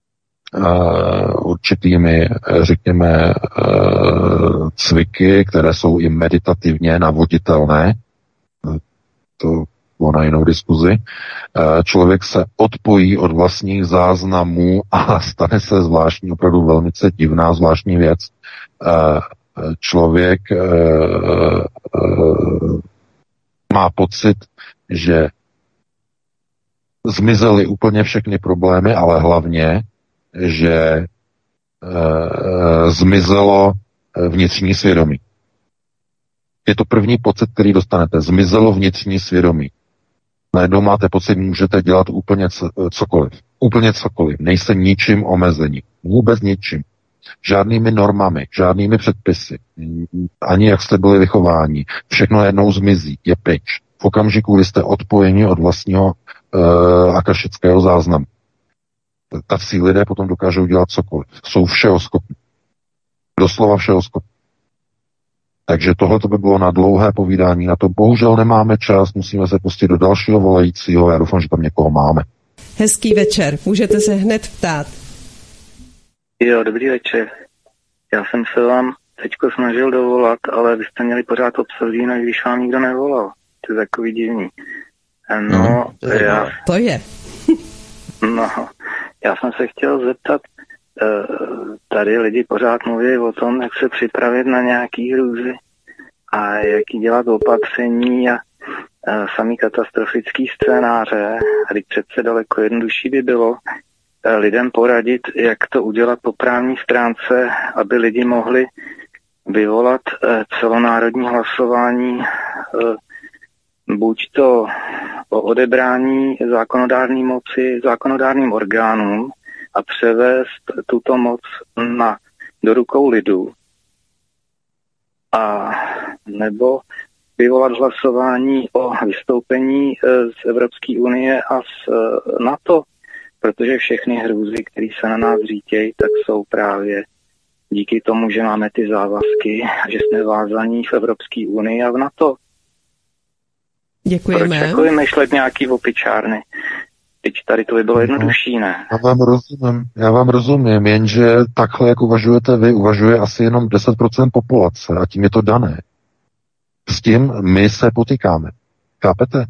určitými, řekněme, e, cviky, které jsou i meditativně navoditelné, to na jinou diskuzi, člověk se odpojí od vlastních záznamů a stane se zvláštní, opravdu velmi divná zvláštní věc. Člověk má pocit, že zmizely úplně všechny problémy, ale hlavně, že zmizelo vnitřní svědomí. Je to první pocit, který dostanete. Zmizelo vnitřní svědomí. Najednou máte pocit, můžete dělat úplně cokoliv. Úplně cokoliv. Nejste ničím omezení. Vůbec ničím. Žádnými normami, žádnými předpisy. Ani jak jste byli vychováni. Všechno jednou zmizí. Je pryč. V okamžiku, kdy jste odpojeni od vlastního uh, akašického záznamu. Tací lidé potom dokážou dělat cokoliv. Jsou všeho schopni. Doslova všeho schopni. Takže tohle to by bylo na dlouhé povídání. Na to bohužel nemáme čas, musíme se pustit do dalšího volajícího. Já doufám, že tam někoho máme. Hezký večer, můžete se hned ptát. Jo, dobrý večer. Já jsem se vám teďko snažil dovolat, ale vy jste měli pořád obsazený, když vám nikdo nevolal. To je takový divný. No, no to, já, to je. No, já jsem se chtěl zeptat, tady lidi pořád mluví o tom, jak se připravit na nějaký hrůzy a jaký dělat opatření a, a samý katastrofický scénáře. A teď přece daleko jednodušší by bylo lidem poradit, jak to udělat po právní stránce, aby lidi mohli vyvolat celonárodní hlasování buď to o odebrání zákonodárné moci zákonodárným orgánům a převést tuto moc na, do rukou lidu, a nebo vyvolat hlasování o vystoupení z Evropské unie a z NATO, protože všechny hrůzy, které se na nás řítějí, tak jsou právě díky tomu, že máme ty závazky, že jsme vázaní v Evropské unii a v NATO. Děkujeme. Proč jako vymýšlet nějaký opičárny? Teď tady to by bylo jednodušší, ne? Já vám rozumím, já vám rozumím, jenže takhle, jak uvažujete vy, uvažuje asi jenom deset procent populace a tím je to dané. S tím my se potýkáme. Chápete?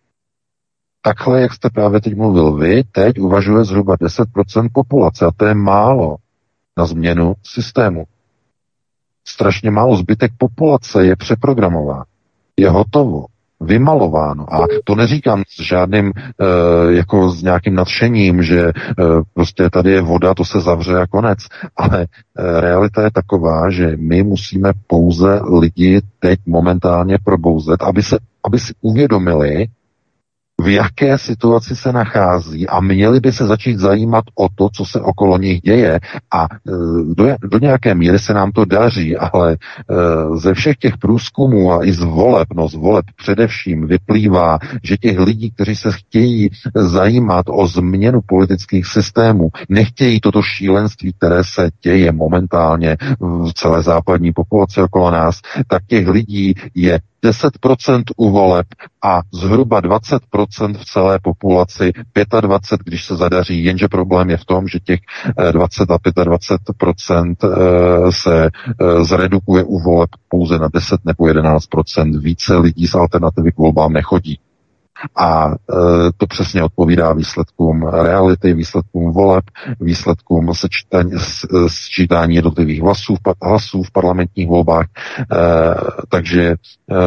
Takhle, jak jste právě teď mluvil vy, teď uvažuje zhruba deset procent populace a to je málo na změnu systému. Strašně málo. Zbytek populace je přeprogramován. Je hotovo. Vymalováno. A to neříkám s žádným, e, jako s nějakým nadšením, že e, prostě tady je voda, to se zavře a konec. Ale e, realita je taková, že my musíme pouze lidi teď momentálně probouzet, aby, se, aby si uvědomili, v jaké situaci se nachází a měli by se začít zajímat o to, co se okolo nich děje a do, do nějaké míry se nám to daří, ale ze všech těch průzkumů a i z voleb, no z voleb především vyplývá, že těch lidí, kteří se chtějí zajímat o změnu politických systémů, nechtějí toto šílenství, které se děje momentálně v celé západní populaci okolo nás, tak těch lidí je deset procent u voleb a zhruba dvacet procent v celé populaci, dvacet pět, když se zadaří, jenže problém je v tom, že těch dvacet a dvacet pět procent se zredukuje u voleb pouze na deset nebo jedenáct procent. Více lidí z alternativy k volbám nechodí. A e, to přesně odpovídá výsledkům reality, výsledkům voleb, výsledkům sečítání, sčítání jednotlivých hlasů, hlasů v parlamentních volbách. E, takže e,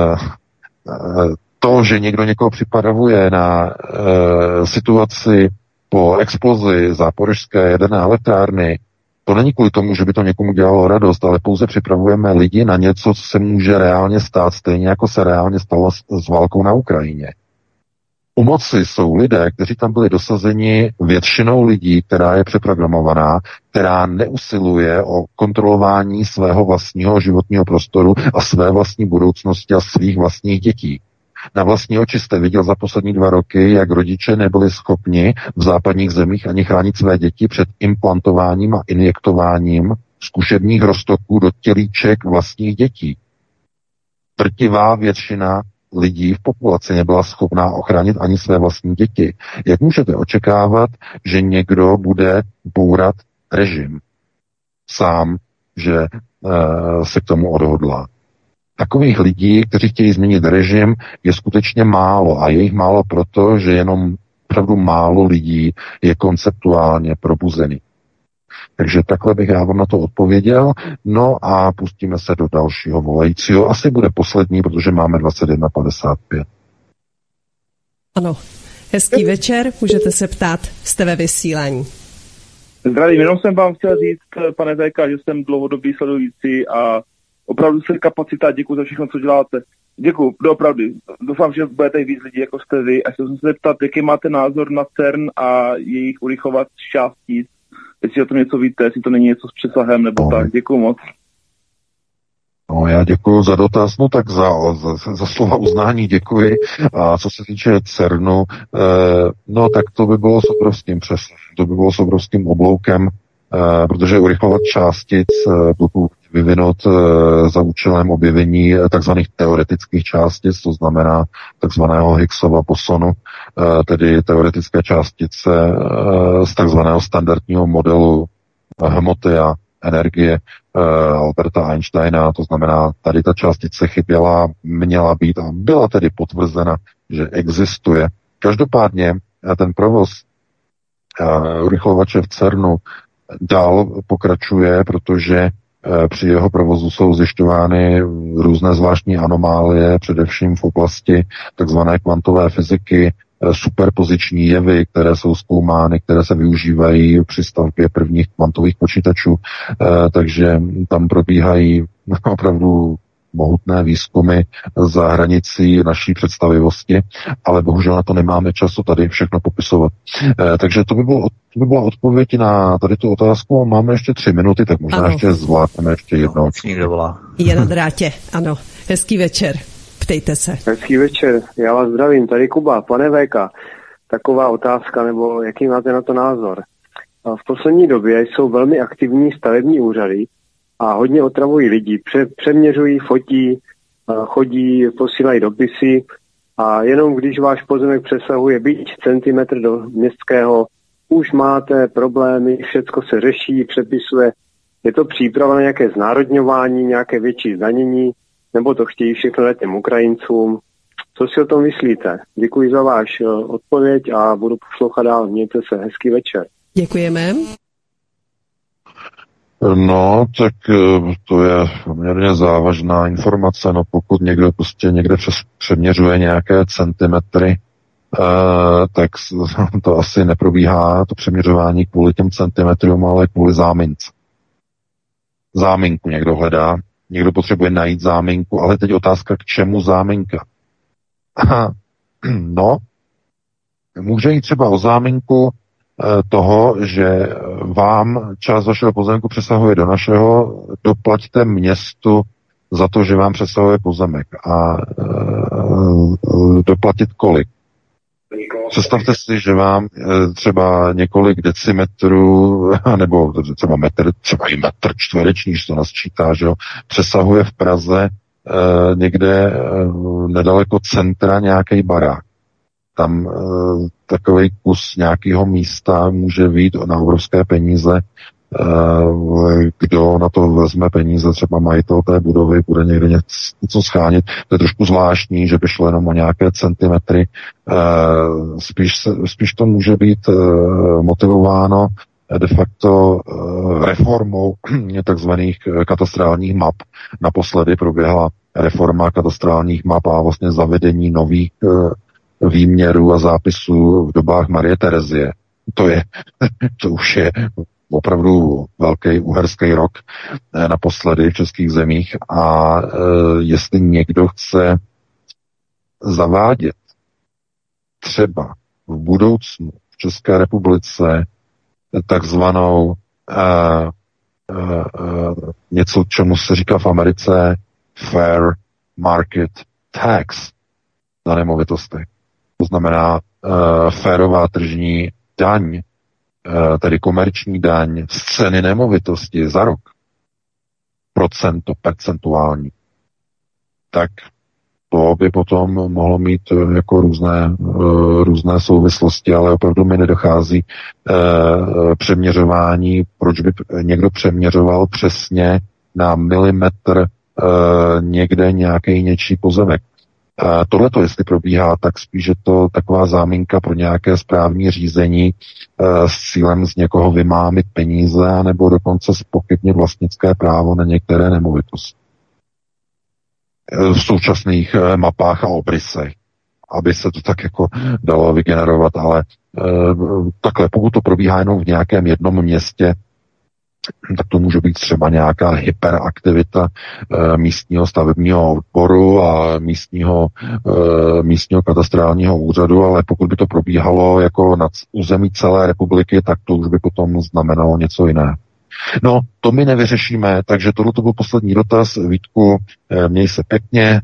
to, že někdo někoho připravuje na e, situaci po explozi záporožské jaderné elektrárny, to není kvůli tomu, že by to někomu dělalo radost, ale pouze připravujeme lidi na něco, co se může reálně stát, stejně jako se reálně stalo s, s válkou na Ukrajině. U moci jsou lidé, kteří tam byli dosazeni většinou lidí, která je přeprogramovaná, která neusiluje o kontrolování svého vlastního životního prostoru a své vlastní budoucnosti a svých vlastních dětí. Na vlastní oči jste viděl za poslední dva roky, jak rodiče nebyli schopni v západních zemích ani chránit své děti před implantováním a injektováním zkušebních roztoků do tělíček vlastních dětí. Drtivá většina lidí v populaci nebyla schopná ochránit ani své vlastní děti. Jak můžete očekávat, že někdo bude bourat režim sám, že e, se k tomu odhodlá? Takových lidí, kteří chtějí změnit režim, je skutečně málo a je jich málo proto, že jenom opravdu málo lidí je konceptuálně probuzený. Takže takhle bych já vám na to odpověděl. No a pustíme se do dalšího volajícího. Asi bude poslední, protože máme dvacet jedna padesát pět. Ano. Hezký večer, můžete se ptát, jste ve vysílání. Zdravím, jenom jsem vám chtěl říct, pane V K, že jsem dlouhodobý sledující a opravdu se kapacita, děkuji za všechno, co děláte. Děkuji, doopravdy. Doufám, že budete víc lidí, jako jste vy. A chtěl jsem se zeptat, jaký máte názor na CERN a jejich urychlovat částic, jestli o tom něco víte, jestli to není něco s přesahem nebo no. tak. Děkuji moc. No, já děkuji za dotaz, no tak za, za, za slova uznání děkuji. A co se týče CERNu, eh, no tak to by bylo s obrovským přesahem, to by bylo s obrovským obloukem, eh, protože urychlovat částic, eh, pokud vyvinout e, za účelem objevení takzvaných teoretických částic, to znamená takzvaného Higgsova bosonu, e, tedy teoretické částice e, z takzvaného standardního modelu hmoty a energie e, Alberta Einsteina, to znamená, tady ta částice chyběla, měla být a byla tedy potvrzena, že existuje. Každopádně ten provoz e, urychlovače v CERNu dál pokračuje, protože při jeho provozu jsou zjišťovány různé zvláštní anomálie, především v oblasti takzvané kvantové fyziky, superpoziční jevy, které jsou zkoumány, které se využívají při stavbě prvních kvantových počítačů. Takže tam probíhají opravdu mohutné výzkumy za hranicí naší představivosti, ale bohužel na to nemáme času tady všechno popisovat. E, takže to by, bylo, to by byla odpověď na tady tu otázku. Máme ještě tři minuty, tak možná ano. ještě zvládneme ještě jednou. No, je na drátě, ano. Hezký večer, ptejte se. Hezký večer, já vás zdravím, tady Kuba. Pane V K, taková otázka, nebo jaký máte na to názor? V poslední době jsou velmi aktivní stavební úřady, a hodně otravují lidi. Pře- přeměřují, fotí, chodí, posílají dopisy a jenom když váš pozemek přesahuje byť centimetr do městského, už máte problémy, všecko se řeší, přepisuje. Je to příprava na nějaké znárodňování, nějaké větší zdanění, nebo to chtějí všechno dát těm Ukrajincům. Co si o tom myslíte? Děkuji za váš odpověď a budu poslouchat dál. Mějte se, hezký večer. Děkujeme. No, tak to je poměrně závažná informace, no pokud někdo prostě někde přes, přeměřuje nějaké centimetry, eh, tak to asi neprobíhá to přeměřování kvůli těm centimetrům, ale kvůli zámince. Záminku někdo hledá, někdo potřebuje najít záminku, ale teď otázka, k čemu záminka? No, může jít třeba o záminku toho, že vám část vašeho pozemku přesahuje do našeho, doplaťte městu za to, že vám přesahuje pozemek. A e, doplatit kolik? Představte si, že vám e, třeba několik decimetrů, nebo třeba metr, třeba i metr čtvereční, že to nasčítá, že jo, přesahuje v Praze e, někde e, nedaleko centra nějaký barák. Tam e, takový kus nějakého místa může vyjít na obrovské peníze. E, kdo na to vezme peníze, třeba majitel té budovy, bude někde něco, něco schánit. To je trošku zvláštní, že by šlo jenom o nějaké centimetry. E, spíš, spíš to může být e, motivováno de facto e, reformou takzvaných katastrálních map. Naposledy proběhla reforma katastrálních map a vlastně zavedení nových e, výměrů a zápisů v dobách Marie Terezie. To je, to už je opravdu velký uherský rok naposledy v českých zemích a e, jestli někdo chce zavádět třeba v budoucnu v České republice takzvanou e, e, e, něco, čemu se říká v Americe fair market tax na nemovitostech. To znamená uh, férová tržní daň, uh, tedy komerční daň z ceny nemovitosti za rok, procento percentuální, tak to by potom mohlo mít uh, jako různé, uh, různé souvislosti, ale opravdu mi nedochází uh, přeměřování, proč by někdo přeměřoval přesně na milimetr uh, někde nějaký něčí pozemek. Tohle to, jestli probíhá, tak spíš je to taková záminka pro nějaké správní řízení e, s cílem z někoho vymámit peníze nebo dokonce zpochybnit vlastnické právo na některé nemovitosti. E, v současných e, mapách a obrysech, aby se to tak jako dalo vygenerovat, ale e, takhle, pokud to probíhá jenom v nějakém jednom městě, tak to může být třeba nějaká hyperaktivita e, místního stavebního odboru a místního, e, místního katastrálního úřadu, ale pokud by to probíhalo jako na území celé republiky, tak to už by potom znamenalo něco jiného. No, to my nevyřešíme, takže tohle to byl poslední dotaz. Vítku, e, měj se pěkně,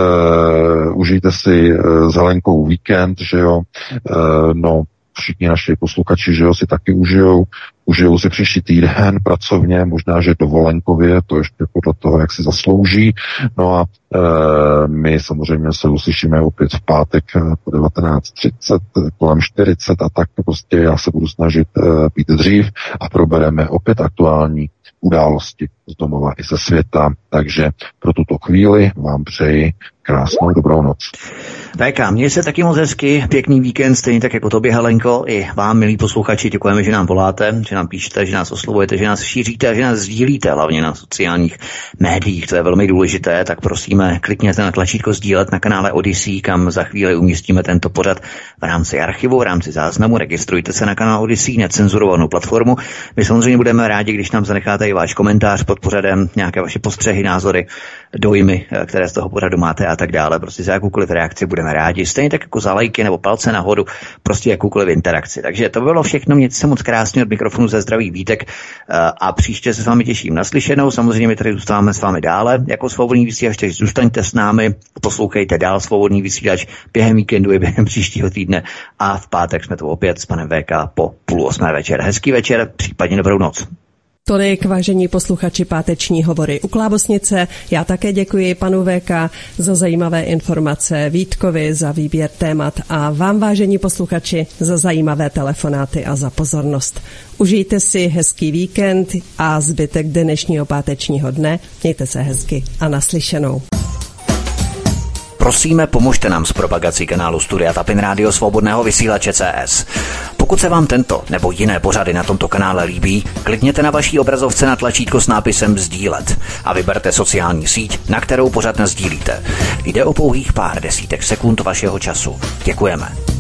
e, užijte si e, s Helenkou víkend, že jo, e, no, všichni naši posluchači, že jo, si taky užijou, užijou si příští týden pracovně, možná, že dovolenkově, to ještě podle toho, jak si zaslouží. No a e, my samozřejmě se uslyšíme opět v pátek po devatenáct třicet, kolem čtyřicet a tak prostě já se budu snažit e, být dřív a probereme opět aktuální události z domova i ze světa. Takže pro tuto chvíli vám přeji krásnou dobrou noc. V K, měj se taky moc hezky, pěkný víkend, stejně tak jako tobě, Helenko, i vám, milí posluchači, děkujeme, že nám voláte, že nám píšete, že nás oslovujete, že nás šíříte, že nás sdílíte, hlavně na sociálních médiích, to je velmi důležité, tak prosíme, klikněte na tlačítko sdílet na kanále Odyssey, kam za chvíli umístíme tento pořad v rámci archivu, v rámci záznamu, registrujte se na kanál Odyssey, necenzurovanou platformu. My samozřejmě budeme rádi, když nám zanecháte i váš komentář pod pořadem, nějaké vaše postřehy, názory, dojmy, které z toho pořadu máte a tak dále. Prostě za jakoukoliv reakci budeme rádi. Stejně tak jako za lajky nebo palce nahoru, prostě jakoukoliv interakci. Takže to bylo všechno, mějte se moc krásně, od mikrofonu ze zdraví Vítek a příště se s vámi těším naslyšenou. Samozřejmě my tady zůstáváme s vámi dále jako svobodný vysílač, takže zůstaňte s námi, poslouchejte dál svobodný vysílač během víkendu i během příštího týdne a v pátek jsme tu opět s panem V K po půl osmé večer. Hezký večer, případně dobrou noc. Tolik, vážení posluchači, páteční hovory u Klávesnice. Já také děkuji panu V K za zajímavé informace, Vítkovi za výběr témat a vám, vážení posluchači, za zajímavé telefonáty a za pozornost. Užijte si hezký víkend a zbytek dnešního pátečního dne. Mějte se hezky a naslyšenou. Prosíme, pomožte nám s propagací kanálu Studia Tapin Rádio Svobodného vysílače C S. Pokud se vám tento nebo jiné pořady na tomto kanále líbí, klikněte na vaší obrazovce na tlačítko s nápisem sdílet a vyberte sociální síť, na kterou pořad nasdílíte. Jde o pouhých pár desítek sekund vašeho času. Děkujeme.